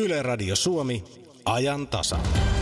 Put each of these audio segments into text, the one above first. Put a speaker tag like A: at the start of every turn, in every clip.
A: Yle Radio Suomi, ajan tasa.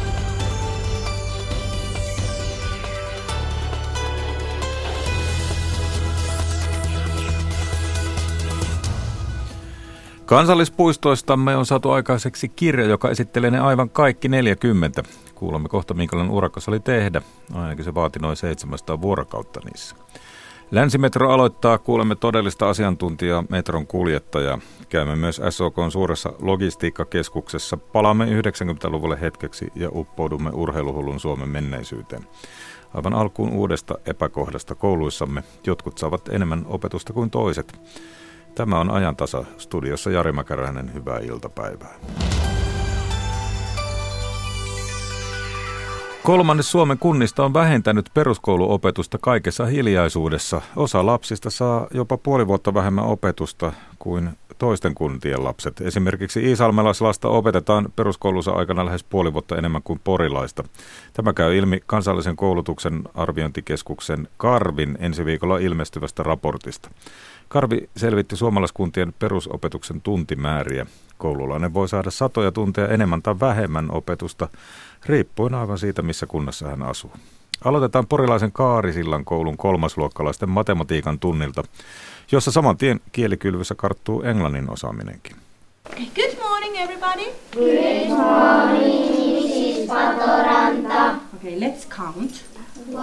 B: Kansallispuistoistamme on saatu aikaiseksi kirja, joka esittelee ne aivan kaikki 40. Kuulemme kohta, minkälainen urakka se oli tehdä. Ainakin se vaati noin 700 vuorokautta niissä. Länsimetro aloittaa, kuulemme todellista asiantuntijaa, metron kuljettajaa. Käymme myös SOK:n suuressa logistiikkakeskuksessa. Palaamme 90-luvulle hetkeksi ja uppoudumme urheiluhullun Suomen menneisyyteen. Aivan alkuun uudesta epäkohdasta kouluissamme. Jotkut saavat enemmän opetusta kuin toiset. Tämä on ajan tasa. Studiossa Jari Mäkäräinen, hyvää iltapäivää. Kolmannes Suomen kunnista on vähentänyt peruskouluopetusta kaikessa hiljaisuudessa. Osa lapsista saa jopa puoli vuotta vähemmän opetusta kuin toisten kuntien lapset. Esimerkiksi iisalmelaislasta opetetaan peruskoulunsa aikana lähes puoli vuotta enemmän kuin porilaista. Tämä käy ilmi kansallisen koulutuksen arviointikeskuksen Karvin ensi viikolla ilmestyvästä raportista. Karvi selvitti suomalaiskuntien perusopetuksen tuntimääriä. Koululainen voi saada satoja tunteja enemmän tai vähemmän opetusta, riippuen aivan siitä, missä kunnassa hän asuu. Aloitetaan porilaisen Kaarisillan koulun kolmasluokkalaisten matematiikan tunnilta, jossa saman tien kielikylvyssä karttuu englannin osaaminenkin.
C: Good morning everybody.
D: Good morning, Mrs. Patoranta.
C: Okay, let's count.
D: 1,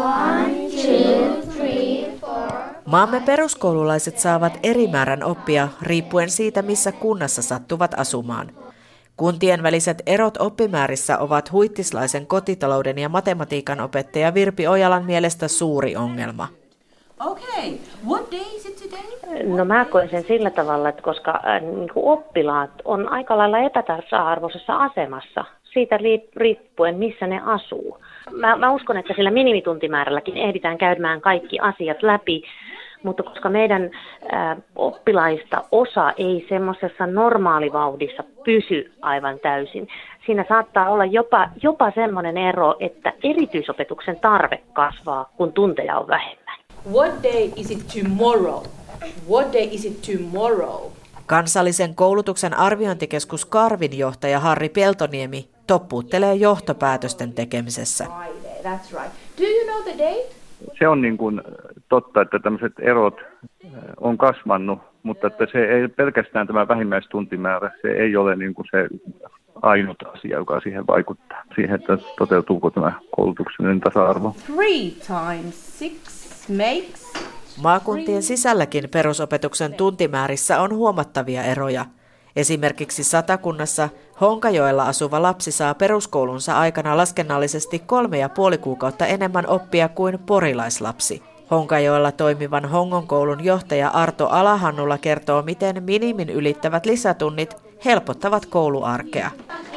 D: 2, 3, 4.
E: Maamme peruskoululaiset saavat eri määrän oppia riippuen siitä, missä kunnassa sattuvat asumaan. Kuntien väliset erot oppimäärissä ovat huittislaisen kotitalouden ja matematiikan opettaja Virpi Ojalan mielestä suuri ongelma.
C: Okay, what day is it today?
F: No mä koen sen sillä tavalla, että koska oppilaat on aika lailla epätasa-arvoisessa asemassa siitä riippuen, missä ne asuu. Mä uskon, että sillä minimituntimäärälläkin ehditään käymään kaikki asiat läpi, mutta koska meidän oppilaista osa ei semmoisessa normaalivauhdissa pysy aivan täysin, siinä saattaa olla jopa semmoinen ero, että erityisopetuksen tarve kasvaa, kun tunteja on vähemmän.
C: What day is it tomorrow? What day is it tomorrow?
E: Kansallisen koulutuksen arviointikeskus Karvin johtaja Harri Peltoniemi toppuuttelee johtopäätösten tekemisessä.
C: That's right. Do you know the date?
G: Se on niin kuin totta, että tämmöiset erot on kasvanut, mutta että se ei pelkästään tämä vähimmäistuntimäärä, se ei ole niin kuin se ainut asia, joka siihen vaikuttaa, siihen, että toteutuuko tämä koulutuksellinen tasa-arvo.
C: 3 times 6 makes...
E: Maakuntien sisälläkin perusopetuksen tuntimäärissä on huomattavia eroja. Esimerkiksi Satakunnassa Honkajoella asuva lapsi saa peruskoulunsa aikana laskennallisesti 3,5 kuukautta enemmän oppia kuin porilaislapsi. Honkajoella toimivan Hongon koulun johtaja Arto Alahannulla kertoo, miten minimin ylittävät lisätunnit helpottavat kouluarkea.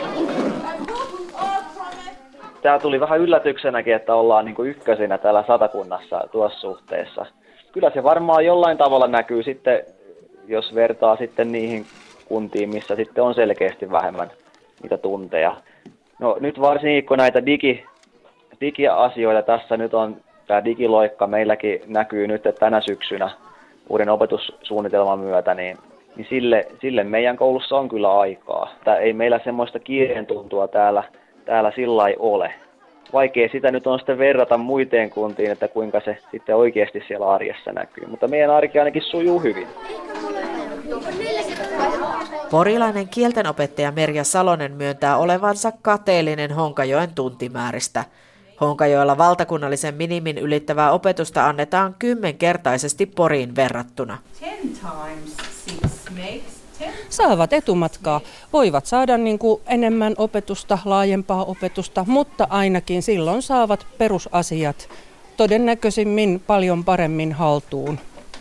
H: Tämä tuli vähän yllätyksenäkin, että ollaan niin kuin ykkösinä täällä Satakunnassa tuossa suhteessa. Kyllä se varmaan jollain tavalla näkyy sitten, jos vertaa sitten niihin kuntiin, missä sitten on selkeästi vähemmän niitä tunteja. No nyt varsinkin, kun näitä digiasioita tässä nyt on, tämä digiloikka meilläkin näkyy nyt tänä syksynä uuden opetussuunnitelman myötä, niin sille meidän koulussa on kyllä aikaa. Ei meillä semmoista kiireen tuntua täällä sillä lailla ole. Vaikea sitä nyt on sitten verrata muiteen kuntiin, että kuinka se sitten oikeasti siellä arjessa näkyy. Mutta meidän arki ainakin sujuu hyvin.
E: Porilainen kieltenopettaja Merja Salonen myöntää olevansa kateellinen Honkajoen tuntimääristä. Honkajoella valtakunnallisen minimin ylittävää opetusta annetaan 10-kertaisesti Poriin verrattuna.
C: 10 times 6 makes...
I: Saavat etumatkaa, voivat saada enemmän opetusta, laajempaa opetusta, mutta ainakin silloin saavat perusasiat todennäköisimmin paljon paremmin haltuun.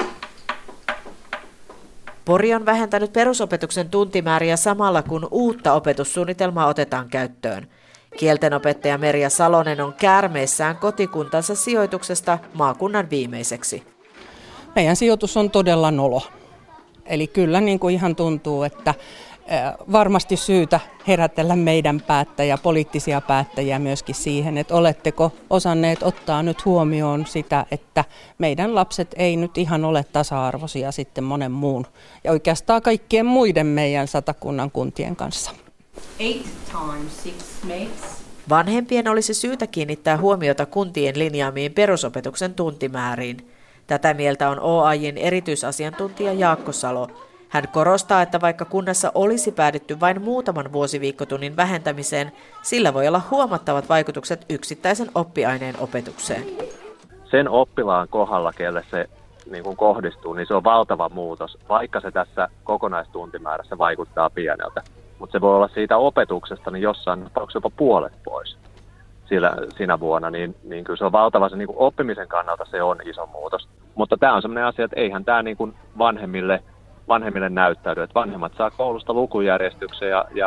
E: Pori on vähentänyt perusopetuksen tuntimääriä samalla, kun uutta opetussuunnitelmaa otetaan käyttöön. Kieltenopettaja Merja Salonen on käärmeissään kotikuntansa sijoituksesta maakunnan viimeiseksi.
I: Meidän sijoitus on todella nolo. Eli kyllä ihan tuntuu, että varmasti syytä herätellä meidän poliittisia päättäjiä myöskin siihen, että oletteko osanneet ottaa nyt huomioon sitä, että meidän lapset ei nyt ihan ole tasa-arvoisia sitten monen muun ja oikeastaan kaikkien muiden meidän Satakunnan kuntien kanssa.
C: 8 times 6 makes.
E: Vanhempien olisi syytä kiinnittää huomiota kuntien linjaamiin perusopetuksen tuntimääriin. Tätä mieltä on OAJ:n erityisasiantuntija Jaakko Salo. Hän korostaa, että vaikka kunnassa olisi päädytty vain muutaman vuosiviikkotunnin vähentämiseen, sillä voi olla huomattavat vaikutukset yksittäisen oppiaineen opetukseen.
J: Sen oppilaan kohdalla, kelle se niin kuin kohdistuu, niin se on valtava muutos, vaikka se tässä kokonaistuntimäärässä vaikuttaa pieneltä. Mutta se voi olla siitä opetuksesta niin jossain tapauksessa jopa puolet pois siinä vuonna, niin kyllä se on valtava, se niin kuin oppimisen kannalta se on iso muutos. Mutta tämä on sellainen asia, että eihän tämä niin kuin vanhemmille näyttäydy, että vanhemmat saa koulusta lukujärjestyksen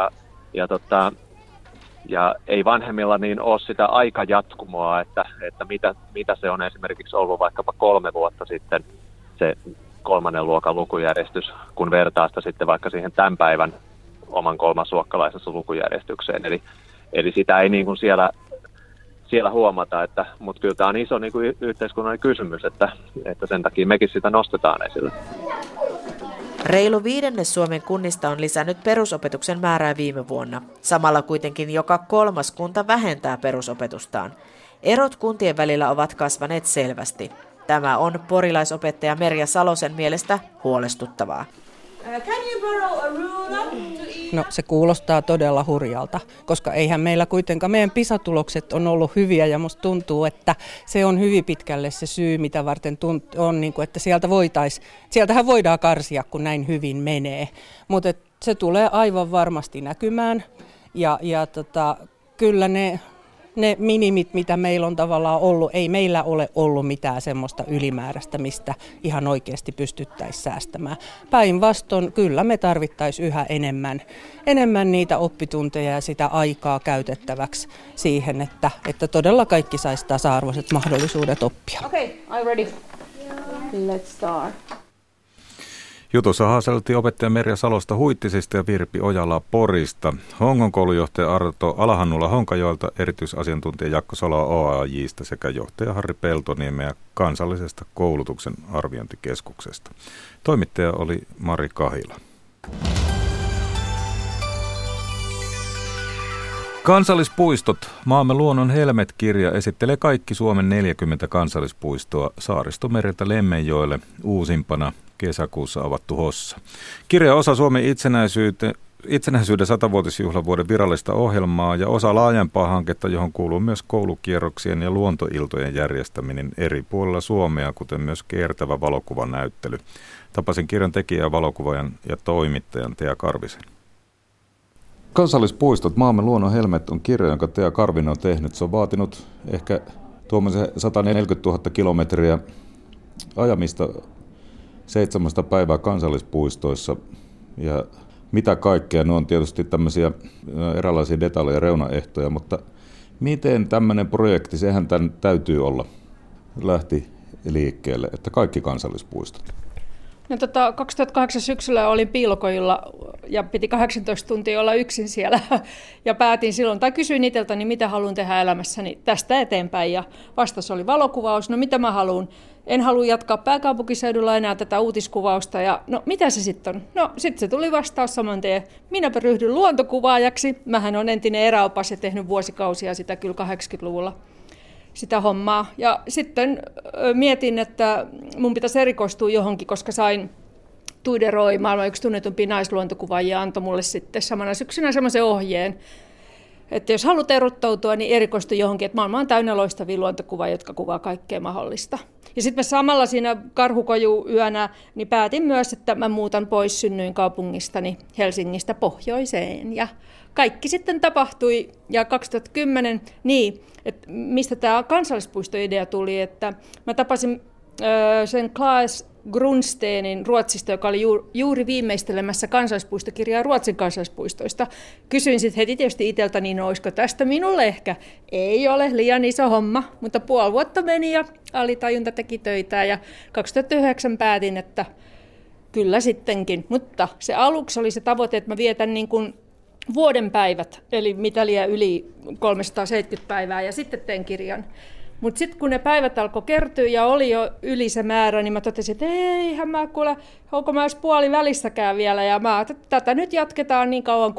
J: ja ei vanhemmilla niin ole sitä aikajatkumoa, että mitä se on esimerkiksi ollut vaikkapa 3 vuotta sitten se 3. luokan lukujärjestys, kun vertaa sitä sitten vaikka siihen tämän päivän oman kolmasluokkalaisessa lukujärjestykseen. Eli sitä ei niin kuin siellä huomata, mutta kyllä tämä on iso niin kuin yhteiskunnallinen kysymys, että sen takia mekin sitä nostetaan esille.
E: Reilu 1/5 Suomen kunnista on lisännyt perusopetuksen määrää viime vuonna. Samalla kuitenkin joka 3. kunta vähentää perusopetustaan. Erot kuntien välillä ovat kasvaneet selvästi. Tämä on porilaisopettaja Merja Salosen mielestä huolestuttavaa.
I: No se kuulostaa todella hurjalta, koska eihän meillä kuitenkaan, meidän PISA-tulokset on ollut hyviä ja musta tuntuu, että se on hyvin pitkälle se syy, mitä varten on, niin kuin, että sieltähän voidaan karsia, kun näin hyvin menee, mutta se tulee aivan varmasti näkymään ja kyllä ne minimit, mitä meillä on tavallaan ollut, ei meillä ole ollut mitään semmoista ylimääräistä, mistä ihan oikeasti pystyttäisiin säästämään. Päinvastoin kyllä me tarvittaisiin yhä enemmän niitä oppitunteja ja sitä aikaa käytettäväksi siihen, että todella kaikki saisi tasa-arvoiset mahdollisuudet oppia.
C: Okay, I'm ready. Let's start.
B: Jutussa haasteltiin opettaja Merja Salosta Huittisista ja Virpi Ojalaa Porista, Hongon koulujohtaja Arto Alahannula Honkajoelta, erityisasiantuntija Jaakko Saloa OAJ:sta sekä johtaja Harri Peltoniemeä kansallisesta koulutuksen arviointikeskuksesta. Toimittaja oli Mari Kahila. Kansallispuistot. Maamme luonnon helmet-kirja esittelee kaikki Suomen 40 kansallispuistoa Saaristomereltä Lemmenjoelle uusimpana kesäkuussa avattu Hossa. Kirja osa Suomen itsenäisyyden 100-vuotisjuhlavuoden virallista ohjelmaa ja osa laajempaa hanketta, johon kuuluu myös koulukierroksien ja luontoiltojen järjestäminen eri puolilla Suomea, kuten myös kiertävä valokuvanäyttely. Tapasin kirjan tekijää, valokuvaajan ja toimittajan Tea Karvisen. Kansallispuistot, maamme luonnon helmet on kirja, jonka Tea Karvinen on tehnyt. Se on vaatinut ehkä tuommoisen 140 000 kilometriä ajamista 7 päivää kansallispuistoissa. Ja mitä kaikkea, ne on tietysti tämmöisiä eräänlaisia detaljeja, reunaehtoja, mutta miten tämmöinen projekti, sehän tämän täytyy olla, lähti liikkeelle, että kaikki kansallispuistot?
K: No 2008 syksyllä olin piilokojilla ja piti 18 tuntia olla yksin siellä ja päätin silloin, tai kysyin itseltäni, mitä haluan tehdä elämässäni tästä eteenpäin ja vastaus oli valokuvaus, no mitä mä haluan. En halua jatkaa pääkaupunkiseudulla enää tätä uutiskuvausta ja no mitä se sitten on? No sitten se tuli vastaus saman tien, minäpä ryhdyn luontokuvaajaksi. Mähän on entinen eräopas ja tehnyt vuosikausia sitä kyllä 80-luvulla. Sitä hommaa. Ja sitten mietin, että mun pitäisi erikoistua johonkin, koska sain Tuide Roy, maailman yksi tunnetumpi naisluontokuvaajia, antoi mulle sitten samana syksynä semmoisen ohjeen, että jos haluat erottautua, niin erikoistu johonkin, että maailma on täynnä loistavia luontokuvaajia, jotka kuvaa kaikkea mahdollista. Ja sitten mä samalla siinä karhukojuyönä niin päätin myös, että mä muutan pois synnyinkaupungistani Helsingistä pohjoiseen. Ja kaikki sitten tapahtui. Ja 2010, että mistä tämä kansallispuistoidea tuli, että mä tapasin sen Claes Grundstenin Ruotsista, joka oli juuri viimeistelemässä kansallispuistokirjaa Ruotsin kansallispuistoista. Kysyin sitten heti tietysti itseltäni, no olisiko tästä minulle ehkä? Ei ole, liian iso homma, mutta puoli vuotta meni ja alitajunta teki töitä ja 2009 päätin, että kyllä sittenkin. Mutta se aluksi oli se tavoite, että mä vietän niin kuin vuoden päivät, eli mitä liian yli 370 päivää ja sitten teen kirjan. Mutta sitten kun ne päivät alkoi kertyä ja oli jo yli se määrä, niin mä totesin, että eihän mä kuule, onko mä edes puoli välissäkään vielä. Ja mä ajattelin, että tätä nyt jatketaan niin kauan, kun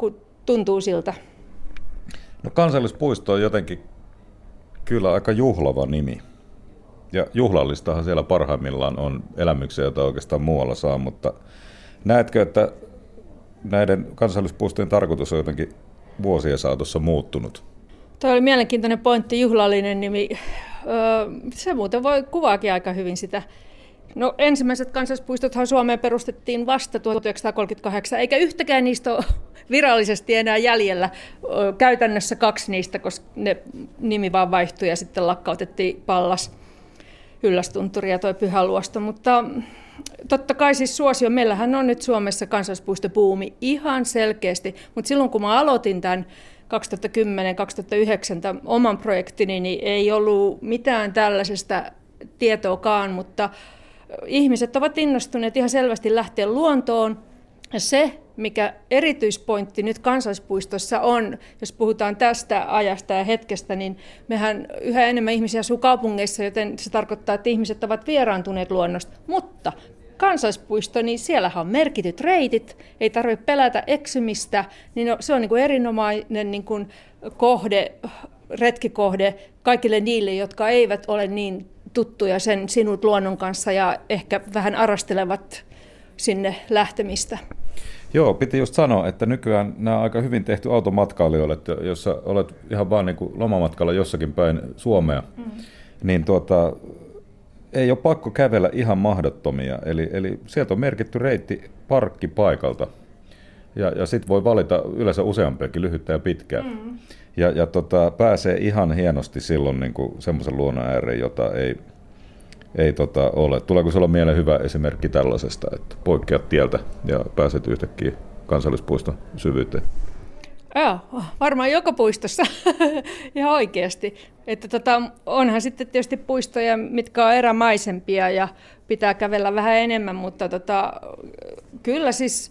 K: tuntuu siltä.
B: No kansallispuisto on jotenkin kyllä aika juhlava nimi. Ja juhlallistahan siellä parhaimmillaan on elämyksiä, joita oikeastaan muualla saa, mutta näetkö, että näiden kansallispuistojen tarkoitus on jotenkin vuosien saatossa muuttunut?
K: Tuo oli mielenkiintoinen pointti, juhlallinen nimi. Se muuten voi kuvaakin aika hyvin sitä. No ensimmäiset kansallispuistothan Suomeen perustettiin vasta 1938, eikä yhtäkään niistä ole virallisesti enää jäljellä. Käytännössä 2 niistä, koska ne nimi vaan vaihtui ja sitten lakkautettiin Pallas, Yllästunturi ja tuo Pyhäluosto. Mutta totta kai siis suosio. Meillähän on nyt Suomessa kansallispuistobuumi ihan selkeästi, mutta silloin kun mä aloitin tämän 2010-2009 tämän oman projektini, niin ei ollut mitään tällaisesta tietoakaan, mutta ihmiset ovat innostuneet ihan selvästi lähteä luontoon. Ja se, mikä erityispointti nyt kansallispuistossa on, jos puhutaan tästä ajasta ja hetkestä, niin mehän yhä enemmän ihmisiä asuu kaupungeissa, joten se tarkoittaa, että ihmiset ovat vieraantuneet luonnosta. Mutta kansallispuisto, niin siellähän on merkityt reitit, ei tarvitse pelätä eksymistä, niin se on niin kuin erinomainen niin kuin retkikohde kaikille niille, jotka eivät ole niin tuttuja sen sinut luonnon kanssa ja ehkä vähän arastelevat sinne lähtemistä.
B: Joo, piti just sanoa, että nykyään nämä on aika hyvin tehty automatkailijoille, että jos sä olet ihan vaan niin kuin lomamatkalla jossakin päin Suomea, niin ei ole pakko kävellä ihan mahdottomia. Eli sieltä on merkitty reitti parkkipaikalta ja sitten voi valita yleensä useampiakin, lyhyttä ja pitkää. Ja pääsee ihan hienosti silloin niin kuin semmoisen luonnon ääreen, jota ei ole. Tuleeko sinulla mieleen hyvä esimerkki tällaisesta, että poikkeat tieltä ja pääset yhtäkkiä kansallispuiston syvyyteen?
K: Joo, varmaan joka puistossa ihan oikeasti. Että onhan sitten tietysti puistoja, mitkä on erämaisempia ja pitää kävellä vähän enemmän, mutta kyllä siis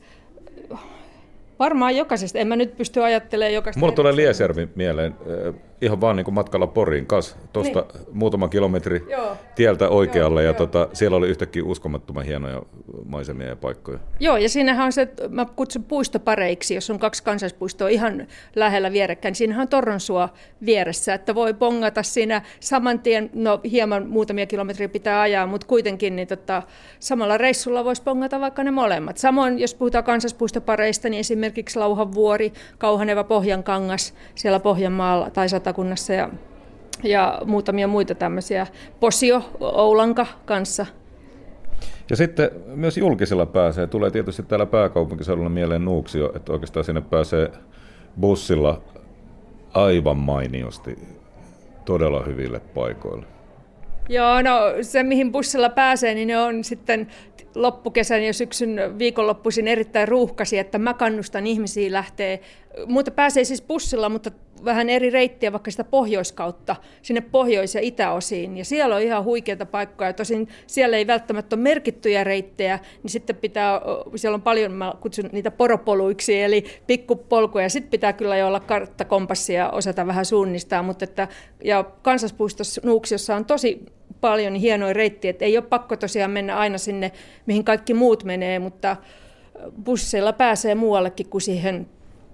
K: varmaan jokaisesta. En mä nyt pysty ajattelemaan jokaista.
B: Mulla tulee Liesjärvi mieleen, ihan vaan niin kuin matkalla Poriin kanssa, tuosta muutama kilometri tieltä oikealle, ja siellä oli yhtäkkiä uskomattoman hienoja maisemia ja paikkoja.
K: Joo, ja siinähän on se, mä kutsun puistopareiksi, jos on 2 kansallispuistoa ihan lähellä vierekkäin, niin siinähän on Torronsuo vieressä, että voi bongata siinä saman tien, no hieman muutamia kilometriä pitää ajaa, mutta kuitenkin niin samalla reissulla voisi bongata vaikka ne molemmat. Samoin, jos puhutaan kansallispuistopareista, niin esimerkiksi Lauhanvuori, Kauhaneva, Pohjankangas siellä Pohjanmaalla tai Satakunnassa ja muutamia muita tämmöisiä, Posio, Oulanka kanssa.
B: Ja sitten myös julkisella pääsee. Tulee tietysti täällä pääkaupunkiseudulla mieleen Nuuksio, että oikeastaan sinne pääsee bussilla aivan mainiosti todella hyville paikoille.
K: Joo, no se mihin bussilla pääsee, niin ne on sitten loppukesän ja syksyn viikonloppuisin erittäin ruuhkaisia, että mä kannustan ihmisiä lähteä, mutta pääsee siis bussilla, mutta vähän eri reittiä vaikka sitä pohjoiskautta sinne pohjois- ja itäosiin. Ja siellä on ihan huikeita paikkoja. Tosin siellä ei välttämättä ole merkittyjä reittejä, niin sitten siellä on paljon, mä kutsun niitä poropoluiksi, eli pikkupolkuja. Sitten pitää kyllä jo olla kartta, kompassi ja osata vähän suunnistaa. Ja kansallispuistossa Nuuksiossa on tosi paljon hienoja reittiä, että ei ole pakko tosiaan mennä aina sinne, mihin kaikki muut menee, mutta busseilla pääsee muuallekin kuin siihen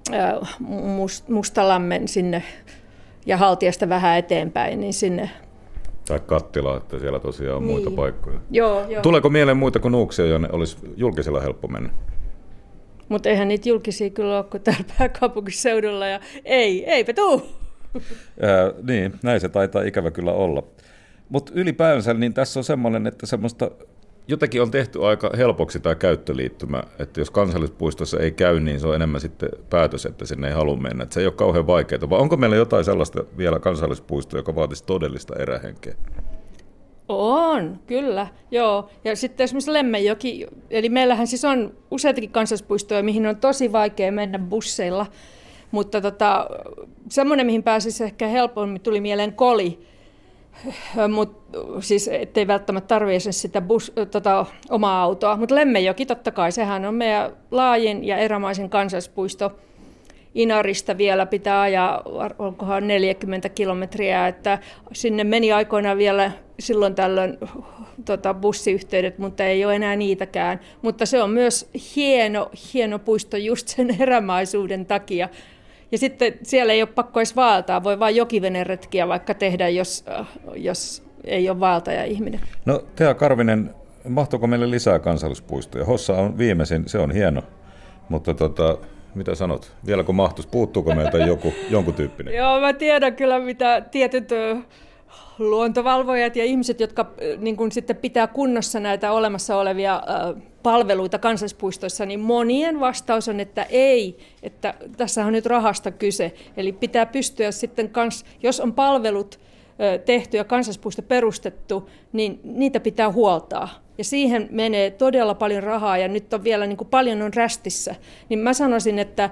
K: Mustalammen sinne ja Haltiasta vähän eteenpäin, niin sinne.
B: Tai Kattila, että siellä tosiaan on muita paikkoja.
K: Joo.
B: Tuleeko mieleen muita kuin Nuuksia, jonne olisi julkisella helppo mennä?
K: Mutta eihän niitä julkisia kyllä ole kuin täällä pääkaupunkiseudulla ja eipä tuu.
B: Niin, näin se taitaa ikävä kyllä olla. Mutta ylipäänsä niin tässä on semmoinen, että semmoista jotenkin on tehty aika helpoksi tämä käyttöliittymä, että jos kansallispuistossa ei käy, niin se on enemmän sitten päätös, että sinne ei halua mennä. Että se ei ole kauhean vaikeaa, vai onko meillä jotain sellaista vielä kansallispuistoa, joka vaatisi todellista erähenkeä?
K: On, kyllä, joo. Ja sitten esimerkiksi Lemmenjoki, eli meillähän siis on useitakin kansallispuistoja, mihin on tosi vaikea mennä busseilla, mutta semmoinen, mihin pääsisi ehkä helpommin, tuli mieleen Koli. Mutta siis ettei välttämättä tarvitse sitä omaa autoa. Mutta Lemmenjoki totta kai, sehän on meidän laajin ja erämaisin kansallispuisto. Inarista vielä pitää ajaa, onkohan 40 kilometriä, että sinne meni aikoinaan vielä silloin tällöin bussiyhteydet, mutta ei ole enää niitäkään. Mutta se on myös hieno puisto just sen erämaisuuden takia. Ja sitten siellä ei ole pakko edes vaeltaa, voi vain jokiveneretkiä vaikka tehdä, jos ei ole vaeltaja-ihminen.
B: No Tea Karvinen, mahtuuko meille lisää kansallispuistoja? Hossa on viimeisin, se on hieno, mutta mitä sanot? Vieläkö mahtuisi? Puuttuuko meiltä jonkun tyyppinen?
K: Joo, mä tiedän kyllä, mitä tietyt luontovalvojat ja ihmiset, jotka niin kun sitten pitää kunnossa näitä olemassa olevia palveluita kansallispuistoissa, niin monien vastaus on, että ei, että tässä on nyt rahasta kyse. Eli pitää pystyä sitten, jos on palvelut tehty ja kansallispuisto perustettu, niin niitä pitää huoltaa. Ja siihen menee todella paljon rahaa ja nyt on vielä niin kuin paljon on rästissä. Niin mä sanoisin, että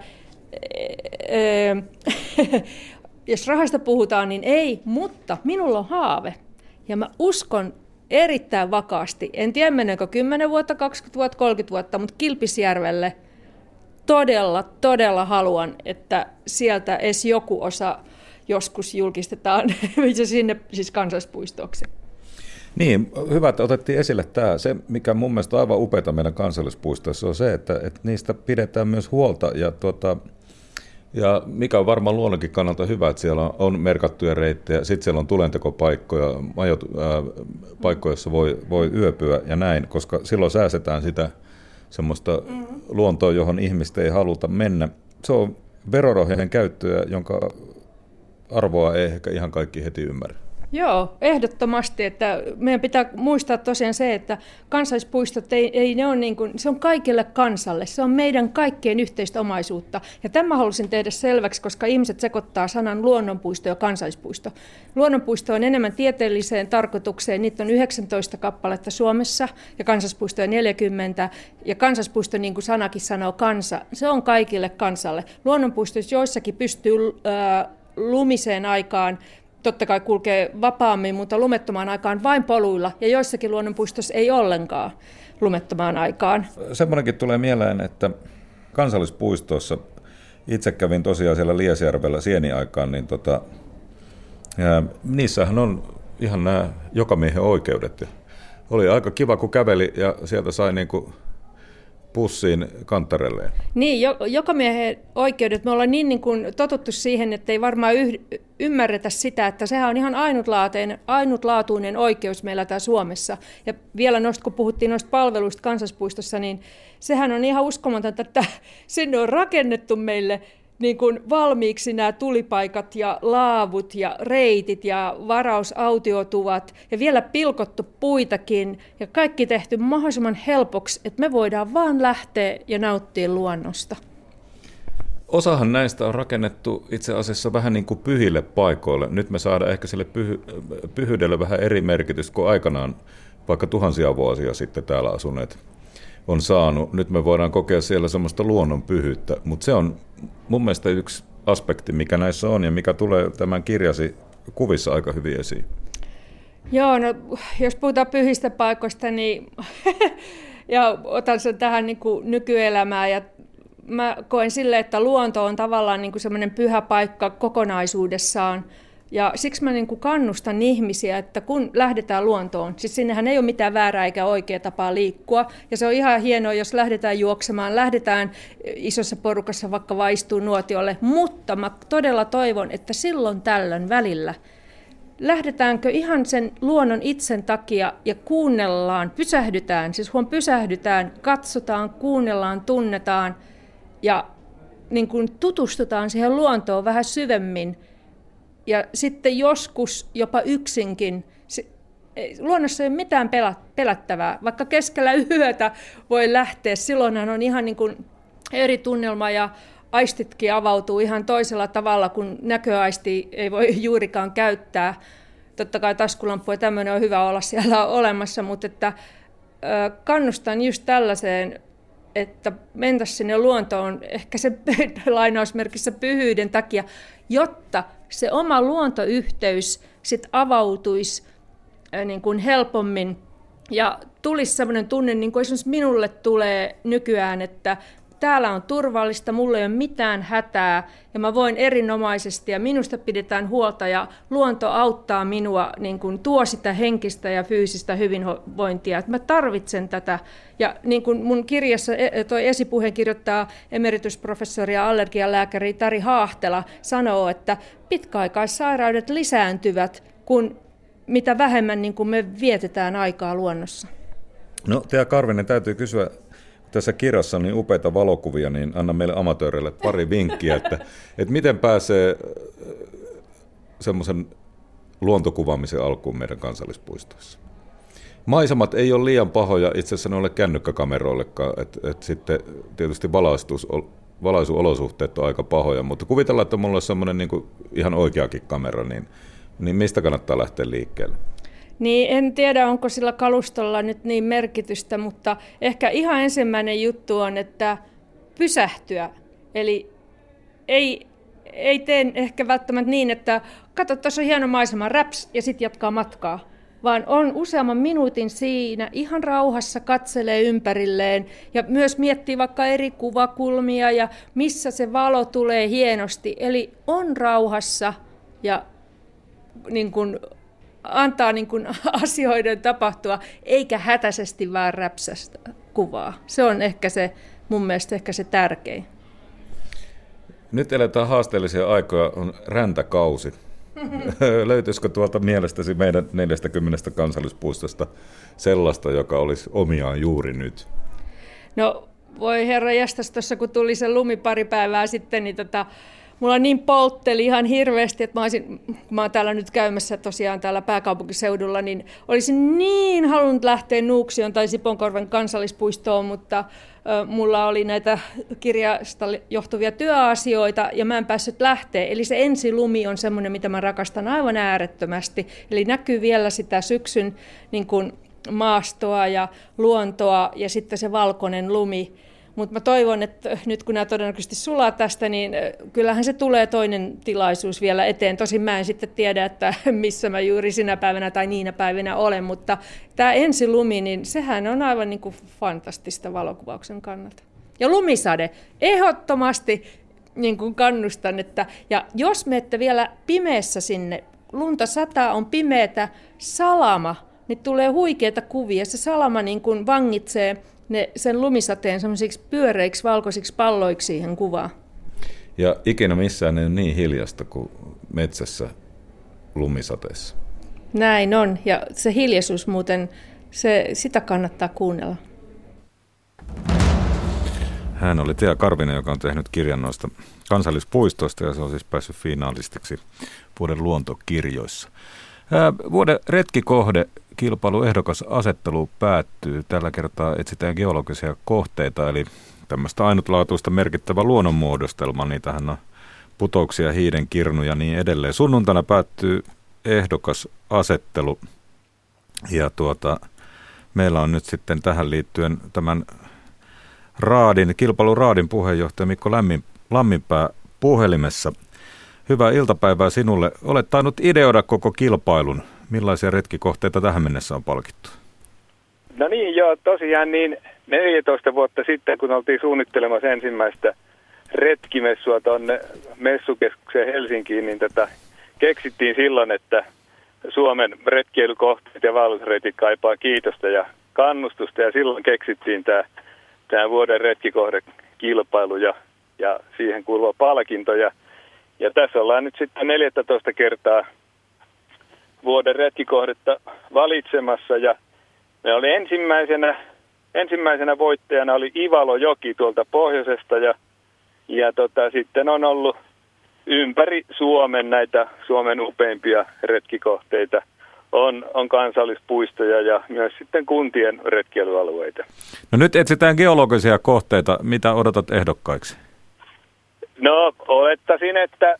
K: jos rahasta puhutaan, niin ei, mutta minulla on haave. Ja mä uskon erittäin vakaasti, en tiedä meneekö 10 vuotta, 20 vuotta, 30 vuotta, mutta Kilpisjärvelle todella haluan, että sieltä edes joku osa joskus julkistetaan sinne siis kansallispuistoksi. Niin,
B: hyvä, että otettiin esille tämä. Se, mikä mun mielestä on aivan upeata meidän kansallispuistoissa, on se, että niistä pidetään myös huolta. Ja mikä on varmaan luonnonkin kannalta hyvä, että siellä on merkattuja reittejä, sitten siellä on tulentekopaikkoja, paikkoja, joissa voi yöpyä ja näin, koska silloin säästetään sitä semmoista luontoa, johon ihmistä ei haluta mennä. Se on verorahojen käyttöä, jonka arvoa ei ehkä ihan kaikki heti ymmärrä.
K: Joo, ehdottomasti, että meidän pitää muistaa tosiaan se, että kansallispuistot ei ne on niin kuin, se on kaikille kansalle, se on meidän kaikkien yhteistä omaisuutta. Ja tämä halusin tehdä selväksi, koska ihmiset sekoittaa sanan luonnonpuisto ja kansallispuisto. Luonnonpuisto on enemmän tieteelliseen tarkoitukseen, niitä on 19 kappaletta Suomessa ja kansallispuisto on 40. Ja kansallispuisto, niin kuin sanakin sanoo, kansa, se on kaikille kansalle. Luonnonpuistoissa joissakin pystyy lumiseen aikaan, totta kai kulkee vapaammin, mutta lumettomaan aikaan vain poluilla, ja joissakin luonnonpuistossa ei ollenkaan lumettomaan aikaan. Semmoinenkin tulee mieleen, että kansallispuistoissa, itse kävin tosiaan siellä Liesjärvellä sieniaikaan, niin niissähän on ihan nämä jokamiehen oikeudet. Ja oli aika kiva, kun käveli ja sieltä sai niinku pussiin kanttarelleen. Niin, jokamiehen oikeudet. Me ollaan niin kuin totuttu siihen, että ei varmaan ymmärretä sitä, että sehän on ihan ainutlaatuinen oikeus meillä täällä Suomessa. Ja vielä kun puhuttiin noista palveluista kansallispuistossa, niin sehän on ihan uskomatonta, että sinne on rakennettu meille niin kuin valmiiksi nämä tulipaikat ja laavut ja reitit ja varausautiotuvat ja vielä pilkottu puitakin ja kaikki tehty mahdollisimman helpoksi, että me voidaan vaan lähteä ja nauttia luonnosta. Osahan näistä on rakennettu itse asiassa vähän niin kuin pyhille paikoille. Nyt me saadaan ehkä sille pyhyydelle vähän eri merkitys kuin aikanaan vaikka tuhansia vuosia sitten täällä asuneet on saanut. Nyt me voidaan kokea siellä semmoista luonnon pyhyyttä, mutta se on mun mielestä yksi aspekti, mikä näissä on ja mikä tulee tämän kirjasi kuvissa aika hyvin esiin. Joo, no jos puhutaan pyhistä paikoista, niin ja otan sen tähän niin kuin nykyelämään ja mä koen silleen, että luonto on tavallaan niin kuin semmoinen pyhä paikka kokonaisuudessaan. Ja siksi mä niin kuin kannustan ihmisiä, että kun lähdetään luontoon, siis sinnehän ei ole mitään väärää eikä oikea tapaa liikkua. Ja se on ihan hienoa, jos lähdetään juoksemaan, lähdetään isossa porukassa vaikka vaan istuu nuotiolle. Mutta mä todella toivon, että silloin tällöin välillä lähdetäänkö ihan sen luonnon itsen takia ja kuunnellaan, pysähdytään, katsotaan, kuunnellaan, tunnetaan ja niin kuin tutustutaan siihen luontoon vähän syvemmin. Ja sitten joskus jopa yksinkin. Luonnossa ei ole mitään pelättävää. Vaikka keskellä yötä voi lähteä, silloinhan on ihan niin kuin eri tunnelma ja aistitkin avautuu ihan toisella tavalla, kun näköaisti ei voi juurikaan käyttää. Totta kai taskulamppu ja tämmöinen on hyvä olla siellä olemassa, mutta että kannustan just tällaiseen, että mentäisiin sinne luontoon ehkä se lainausmerkissä pyhyyden takia, jotta se oma luontoyhteys sit avautuisi niin kuin helpommin ja tulisi sellainen tunne, niin kuin esimerkiksi minulle tulee nykyään, että täällä on turvallista, mulla ei ole mitään hätää ja mä voin erinomaisesti ja minusta pidetään huolta ja luonto auttaa minua, niin kuin tuo sitä henkistä ja fyysistä hyvinvointia. Että mä tarvitsen tätä ja niin kuin mun kirjassa toi esipuheen kirjoittaa emeritusprofessori ja allergialääkäri Tari Haahtela sanoo, että pitkäaikaissairaudet lisääntyvät, kun mitä vähemmän niin kuin me vietetään aikaa luonnossa.
B: No, Tea Karvinen, täytyy kysyä, tässä kirjassa on niin upeita valokuvia, niin anna meille amatööreille pari vinkkiä, että miten pääsee semmoisen luontokuvaamisen alkuun meidän kansallispuistoissa. Maisemat ei ole liian pahoja, itse asiassa ne ole kännykkäkameroillekaan, että sitten tietysti valaisuolosuhteet on aika pahoja, mutta kuvitellaan, että mulla on semmoinen niin kuin ihan oikeakin kamera, niin mistä kannattaa lähteä liikkeelle?
K: Niin, en tiedä, onko sillä kalustolla nyt niin merkitystä, mutta ehkä ihan ensimmäinen juttu on, että pysähtyä. Eli ei tee ehkä välttämättä niin, että katso, tuossa on hieno maisema, raps, ja sitten jatkaa matkaa. Vaan on useamman minuutin siinä, ihan rauhassa katselee ympärilleen ja myös miettii vaikka eri kuvakulmia ja missä se valo tulee hienosti. Eli on rauhassa ja niin kun antaa niin kuin asioiden tapahtua, eikä hätäisesti vaan räpsästä kuvaa. Se on ehkä se, mun mielestä ehkä se tärkein.
B: Nyt eletään haasteellisia aikoja, on räntäkausi. Löytyisikö tuolta mielestäsi meidän 40 kansallispuistosta sellaista, joka olisi omiaan juuri nyt?
K: No voi herra jästäs, tuossa kun tuli se lumi pari päivää sitten, niin mulla niin poltteli ihan hirveästi, että mä oon täällä nyt käymässä tosiaan täällä pääkaupunkiseudulla, niin olisin niin halunnut lähteä Nuuksion tai Sipoonkorven kansallispuistoon, mutta mulla oli näitä kirjasta johtuvia työasioita ja mä en päässyt lähteä. Eli se ensilumi on semmoinen, mitä mä rakastan aivan äärettömästi. Eli näkyy vielä sitä syksyn niin kuin maastoa ja luontoa ja sitten se valkoinen lumi. Mutta mä toivon, että nyt kun nämä todennäköisesti sulaa tästä, niin kyllähän se tulee toinen tilaisuus vielä eteen. Tosin mä en sitten tiedä, että missä mä juuri sinä päivänä tai niinä päivinä olen, mutta tämä ensilumi, niin sehän on aivan niin kuin fantastista valokuvauksen kannalta. Ja lumisade, ehdottomasti niin kuin kannustan, ja jos menette vielä pimeässä sinne, lunta sataa, on pimeätä, salama, niin tulee huikeita kuvia. Se salama niin kuin vangitsee sen lumisateen semmoisiksi pyöreiksi valkoisiksi palloiksi siihen kuvaan.
B: Ja ikinä missään ei ole niin hiljasta kuin metsässä lumisateessa.
K: Näin on, ja se hiljaisuus muuten, sitä kannattaa kuunnella.
B: Hän oli Tea Karvinen, joka on tehnyt kirjan noista kansallispuistoista, ja se on siis päässyt finaalistiksi vuoden luontokirjoissa. Vuoden retkikohde kilpailuehdokasasettelu päättyy. Tällä kertaa etsitään geologisia kohteita, eli tämmöistä ainutlaatuista merkittävää luonnonmuodostelmaa. Niitähän on putouksia, hiiden kirnuja ja niin edelleen. Sunnuntaina päättyy ehdokasasettelu, ja meillä on nyt sitten tähän liittyen tämän kilpailuraadin puheenjohtaja Mikko Lamminpää puhelimessa. Hyvää iltapäivää sinulle. Olet tainnut ideoida koko kilpailun. Millaisia retkikohteita tähän mennessä on palkittu?
L: No niin, joo, tosiaan niin 14 vuotta sitten, kun oltiin suunnittelemassa ensimmäistä retkimessua tuonne messukeskukseen Helsinkiin, niin keksittiin silloin, että Suomen retkeilykohteet ja vaellusreitit kaipaa kiitosta ja kannustusta, ja silloin keksittiin tämä vuoden retkikohdekilpailu ja siihen kuuluva palkinto. Ja tässä ollaan nyt sitten 14 kertaa vuoden retkikohdetta valitsemassa, ja me oli ensimmäisenä voittajana oli Ivalojoki tuolta pohjoisesta, ja sitten on ollut ympäri Suomen näitä Suomen upeimpia retkikohteita. On kansallispuistoja ja myös sitten kuntien retkeilyalueita.
B: No nyt etsitään geologisia kohteita. Mitä odotat ehdokkaiksi?
L: No olettaisin, että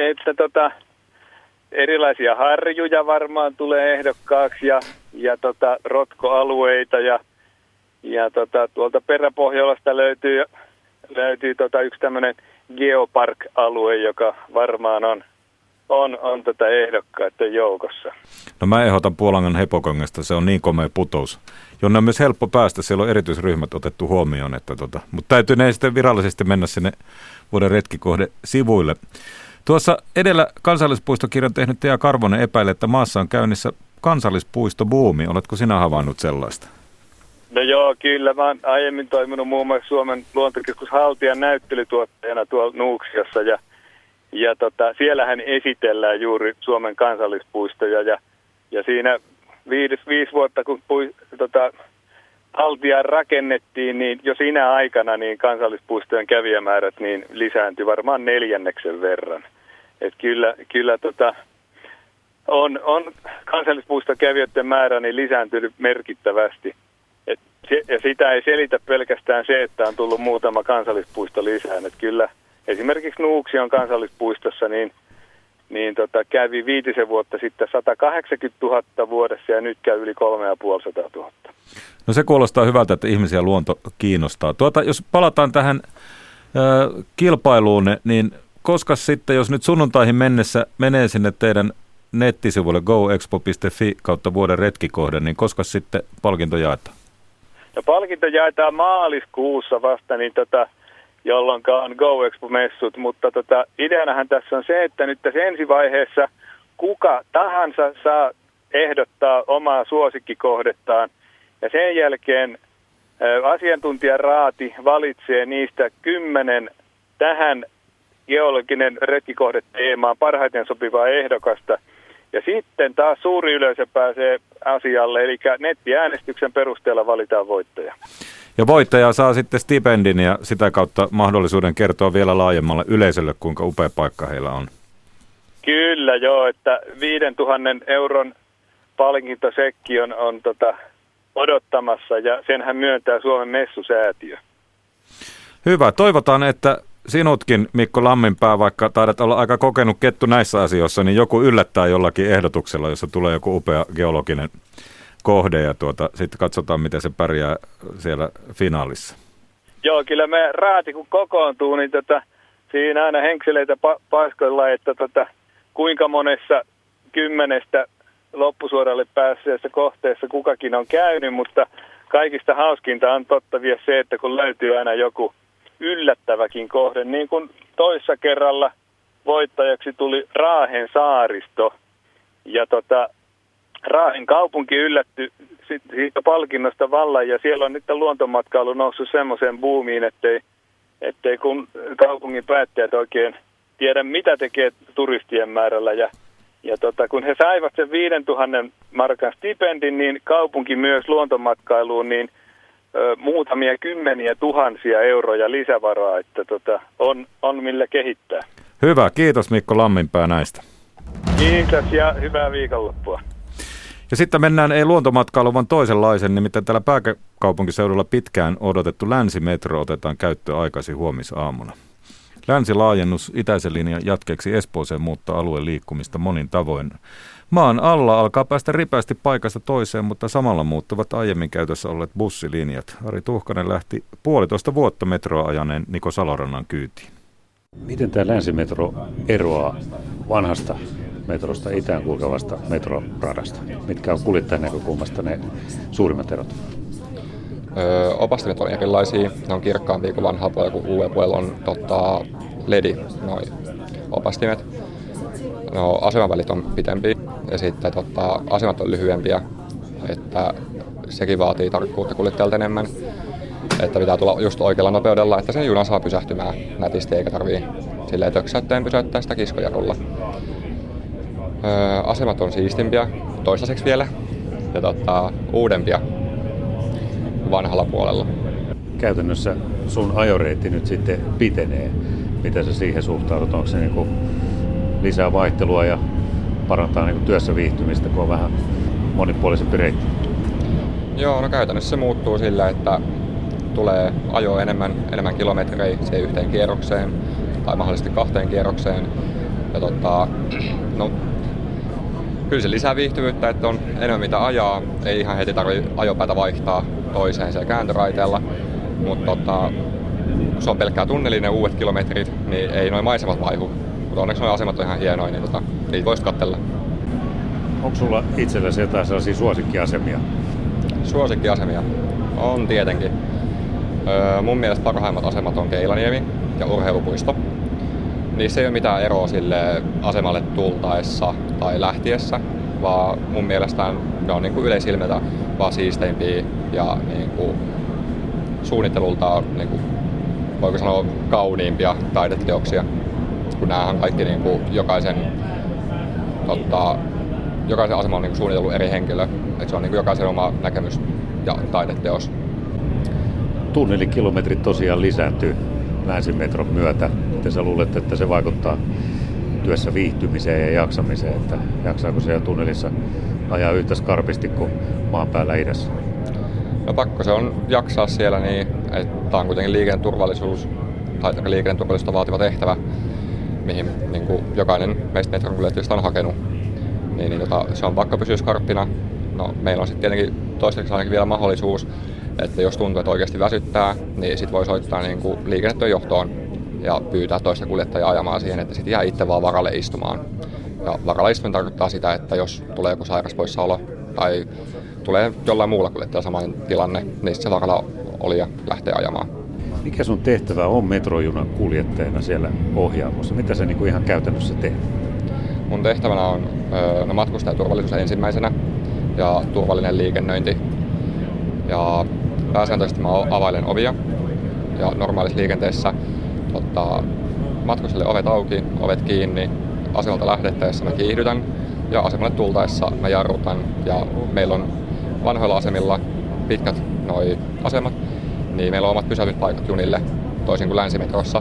L: erilaisia harjuja varmaan tulee ehdokkaaksi ja rotkoalueita ja tuolta Peräpohjolasta löytyy yksi tämmöinen geopark-alue, joka varmaan on ehdokkaiden joukossa.
B: No mä ehdotan Puolangan Hepokongesta, se on niin komea putous. Jonne on myös helppo päästä, siellä on erityisryhmät otettu huomioon, mutta täytyy ne sitten virallisesti mennä sinne vuoden retkikohde sivuille. Tuossa edellä kansallispuistokirjan tehnyt Tea Karvonen epäilee, että maassa on käynnissä kansallispuistobuumi. Oletko sinä havainnut sellaista?
L: No joo, kyllä. Mä oon aiemmin toiminut muun muassa Suomen luontokeskus Haltian näyttelytuottajana tuolla Nuuksiossa ja siellähän esitellään juuri Suomen kansallispuistoja ja siinä 5 vuotta kun Haltia rakennettiin, niin jo siinä aikana niin kansallispuistojen kävijämäärät niin lisääntyi varmaan 4 verran. Et kyllä on kansallispuistokävijöiden määrä niin lisääntynyt merkittävästi. Ja sitä ei selitä pelkästään se, että on tullut muutama kansallispuisto lisään. Et kyllä esimerkiksi Nuuksion kansallispuistossa niin kävi 5 vuotta sitten 180 000 vuodessa ja nyt käy yli 350 000.
B: No se kuulostaa hyvältä, että ihmisiä luonto kiinnostaa. Jos palataan tähän kilpailuun, niin koska sitten, jos nyt sunnuntaihin mennessä menee sinne teidän nettisivuille goexpo.fi kautta vuoden retkikohde, niin koska sitten palkinto jaetaan?
L: No palkinto jaetaan maaliskuussa vasta, niin jolloin on GoExpo-messut, mutta ideanahan tässä on se, että nyt tässä ensivaiheessa kuka tahansa saa ehdottaa omaa suosikkikohdettaan ja sen jälkeen asiantuntijaraati valitsee niistä 10 tähän geologinen retkikohdeteemaan parhaiten sopivaa ehdokasta ja sitten taas suuri yleisö pääsee asialle, eli nettiäänestyksen perusteella valitaan voittaja.
B: Ja voittaja saa sitten stipendin ja sitä kautta mahdollisuuden kertoa vielä laajemmalle yleisölle, kuinka upea paikka heillä on.
L: Kyllä joo, että 5 000 euron palkintosekki on odottamassa ja senhän myöntää Suomen messusäätiö.
B: Hyvä. Toivotaan, että sinutkin, Mikko Lamminpää, vaikka taidat olla aika kokenut kettu näissä asioissa, niin joku yllättää jollakin ehdotuksella, jossa tulee joku upea geologinen kohde ja sitten katsotaan, miten se pärjää siellä finaalissa. Joo,
L: kyllä me raati kun kokoontuu, niin siinä aina henkseleitä paiskoilla, että kuinka monessa 10 loppusuoralle päässeessä kohteessa kukakin on käynyt, mutta kaikista hauskinta on totta vielä se, että kun löytyy aina joku yllättäväkin kohde, niin kuin toissa kerralla voittajaksi tuli Raahen saaristo ja Raahen kaupunki yllättyi siitä palkinnosta vallan ja siellä on nyt luontomatkailu noussut semmoiseen buumiin, ettei kun kaupungin päättäjät oikein tiedä mitä tekee turistien määrällä ja kun he saivat sen 5 000 markan stipendin, niin kaupunki myös luontomatkailuun niin muutamia 10 000 euroja lisävaraa, että on millä kehittää.
B: Hyvä, kiitos Mikko Lamminpää näistä.
L: Kiitos ja hyvää viikonloppua.
B: Ja sitten mennään ei luontomatkailu, vaan toisenlaisen, nimittäin täällä pääkaupunkiseudulla pitkään odotettu länsimetro otetaan käyttöön aikaisin huomisaamuna. Länsilaajennus itäisen linjan jatkeeksi Espooseen muuttaa alueen liikkumista monin tavoin. Maan alla alkaa päästä ripeästi paikasta toiseen, mutta samalla muuttuvat aiemmin käytössä olleet bussilinjat. Ari Tuhkanen lähti 1,5 vuotta metroa ajaneen Niko Salorannan kyytiin.
M: Miten tämä länsimetro eroaa vanhasta metrosta itään kulkevasta metroradasta? Mitkä on kuljettajan näkökulmasta ne suurimmat erot?
N: Opastimet on erilaisia. Ne on kirkkaampia kuin vanhaa puolella, kun uudella puolella on ledi, noi opastimet. No, asemavälit on pitempiä ja sitten asemat on lyhyempiä, että sekin vaatii tarkkuutta kuljettajalta enemmän. Että pitää tulla just oikealla nopeudella, että sen juna saa pysähtymään nätisti eikä tarvii silleen töksäyttäen pysäyttää sitä kiskojarrulla. Asemat on siistimpiä toistaiseksi vielä ja uudempia vanhalla puolella.
M: Käytännössä sun ajoreitti nyt sitten pitenee. Mitä sä siihen suhtaudut? Onko se niinku lisää vaihtelua ja parantaa niinku työssä viihtymistä, kun on vähän monipuolisempi reitti?
N: Joo, no käytännössä se muuttuu sillä, että tulee ajoa enemmän kilometrejä siihen yhteen kierrokseen tai mahdollisesti 2 kierrokseen. Ja no, kyllä se lisää viihtyvyyttä, että on enemmän mitä ajaa. Ei ihan heti tarvitse ajopäätä vaihtaa toiseen siellä kääntöraiteella. Mutta kun se on pelkkää tunnelinen uudet kilometrit, niin ei noin maisemat vaihu Mutta onneksi nuo asemat on ihan hienoja, niin niitä voisi katsella.
M: Onko sulla itselläsi jotain sellaisia suosikkiasemia?
N: Suosikkiasemia? On tietenkin. Mun mielestä parhaimmat asemat on Keilaniemi ja Urheilupuisto. Niissä ei ole mitään eroa sille asemalle tultaessa tai lähtiessä, vaan mun mielestä ne on niin kuin yleisilmeltä vaan siisteimpiä ja niin kuin suunnittelulta niin kuin, voiko sanoa kauniimpia taideteoksia, kun näähän kaikki niin kuin jokaisen asema on niin kuin suunnitellut eri henkilö, että se on niin kuin jokaisen oma näkemys ja taideteos.
M: Tunnelikilometrit tosiaan lisääntyy Länsimetron myötä. Miten sä luulet, että se vaikuttaa työssä viihtymiseen ja jaksamiseen, että jaksaako siellä tunnelissa ajaa yhtä skarpisti kuin maan päällä idässä?
N: No pakko se on jaksaa siellä niin, että on kuitenkin liikenneturvallisuutta vaativa tehtävä, mihin niin kuin jokainen meistä metronkuljettajista on hakenut. Se on pakko pysyä skarppina. No, meillä on sitten tietenkin toistaiseksi ainakin vielä mahdollisuus, että jos tuntuu, että oikeasti väsyttää, niin sit voi soittaa niin kuin liikennetyön johtoon ja pyytää toista kuljettajaa ajamaan siihen, että sitten jää itse vaan varalle istumaan. Ja varalla istuminen tarkoittaa sitä, että jos tulee joku sairaspoissaolo tai tulee jollain muulla kuljettajalla saman tilanne, niin se varalla olija lähtee ajamaan.
M: Mikä sun tehtävä on metrojunan kuljettajana siellä ohjaamossa? Mitä sä niin ihan käytännössä teet?
N: Mun tehtävänä on matkustajaturvallisuus ensimmäisenä ja turvallinen liikennöinti. Ja pääsääntöisesti mä availen ovia ja normaalissa liikenteessä matkustajille ovet auki, ovet kiinni. Asemalta lähdettäessä mä kiihdytän ja asemalle tultaessa mä jarrutan. Ja meillä on vanhoilla asemilla pitkät noi asemat, niin meillä on omat pysähdyspaikat junille, toisin kuin Länsimetrossa.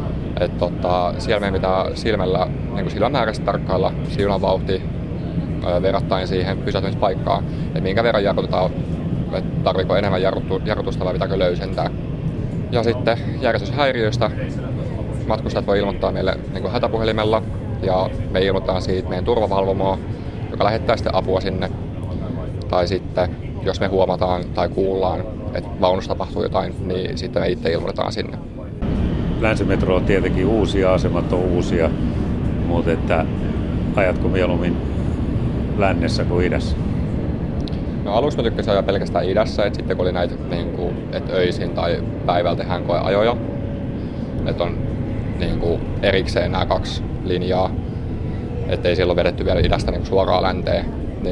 N: Siellä meidän pitää silmällä niin silmämääräisesti tarkkailla junan vauhti verrattain siihen pysähtymispaikkaan, että minkä verran jarrutetaan, että tarviiko enemmän jarrutusta vai pitääkö löysentää. Ja sitten järjestyshäiriöistä matkustajat voi ilmoittaa meille niin hätäpuhelimella ja me ilmoitetaan siitä meidän turvavalvomoa, joka lähettää sitten apua sinne. Tai sitten jos me huomataan tai kuullaan, että vaunussa tapahtuu jotain, niin sitten me itse ilmoitetaan sinne.
M: Länsimetro on tietenkin uusia, asemat on uusia, mutta että ajatko mieluummin lännessä kuin idässä?
N: No aluksi mä tykkäsin ajaa pelkästään idässä, että sitten kun oli näitä niin kuin, että öisin tai päivällä tehdään koeajoja, että on niin kuin erikseen nämä kaksi linjaa, ettei silloin vedetty vielä idästä niin kuin suoraan länteen,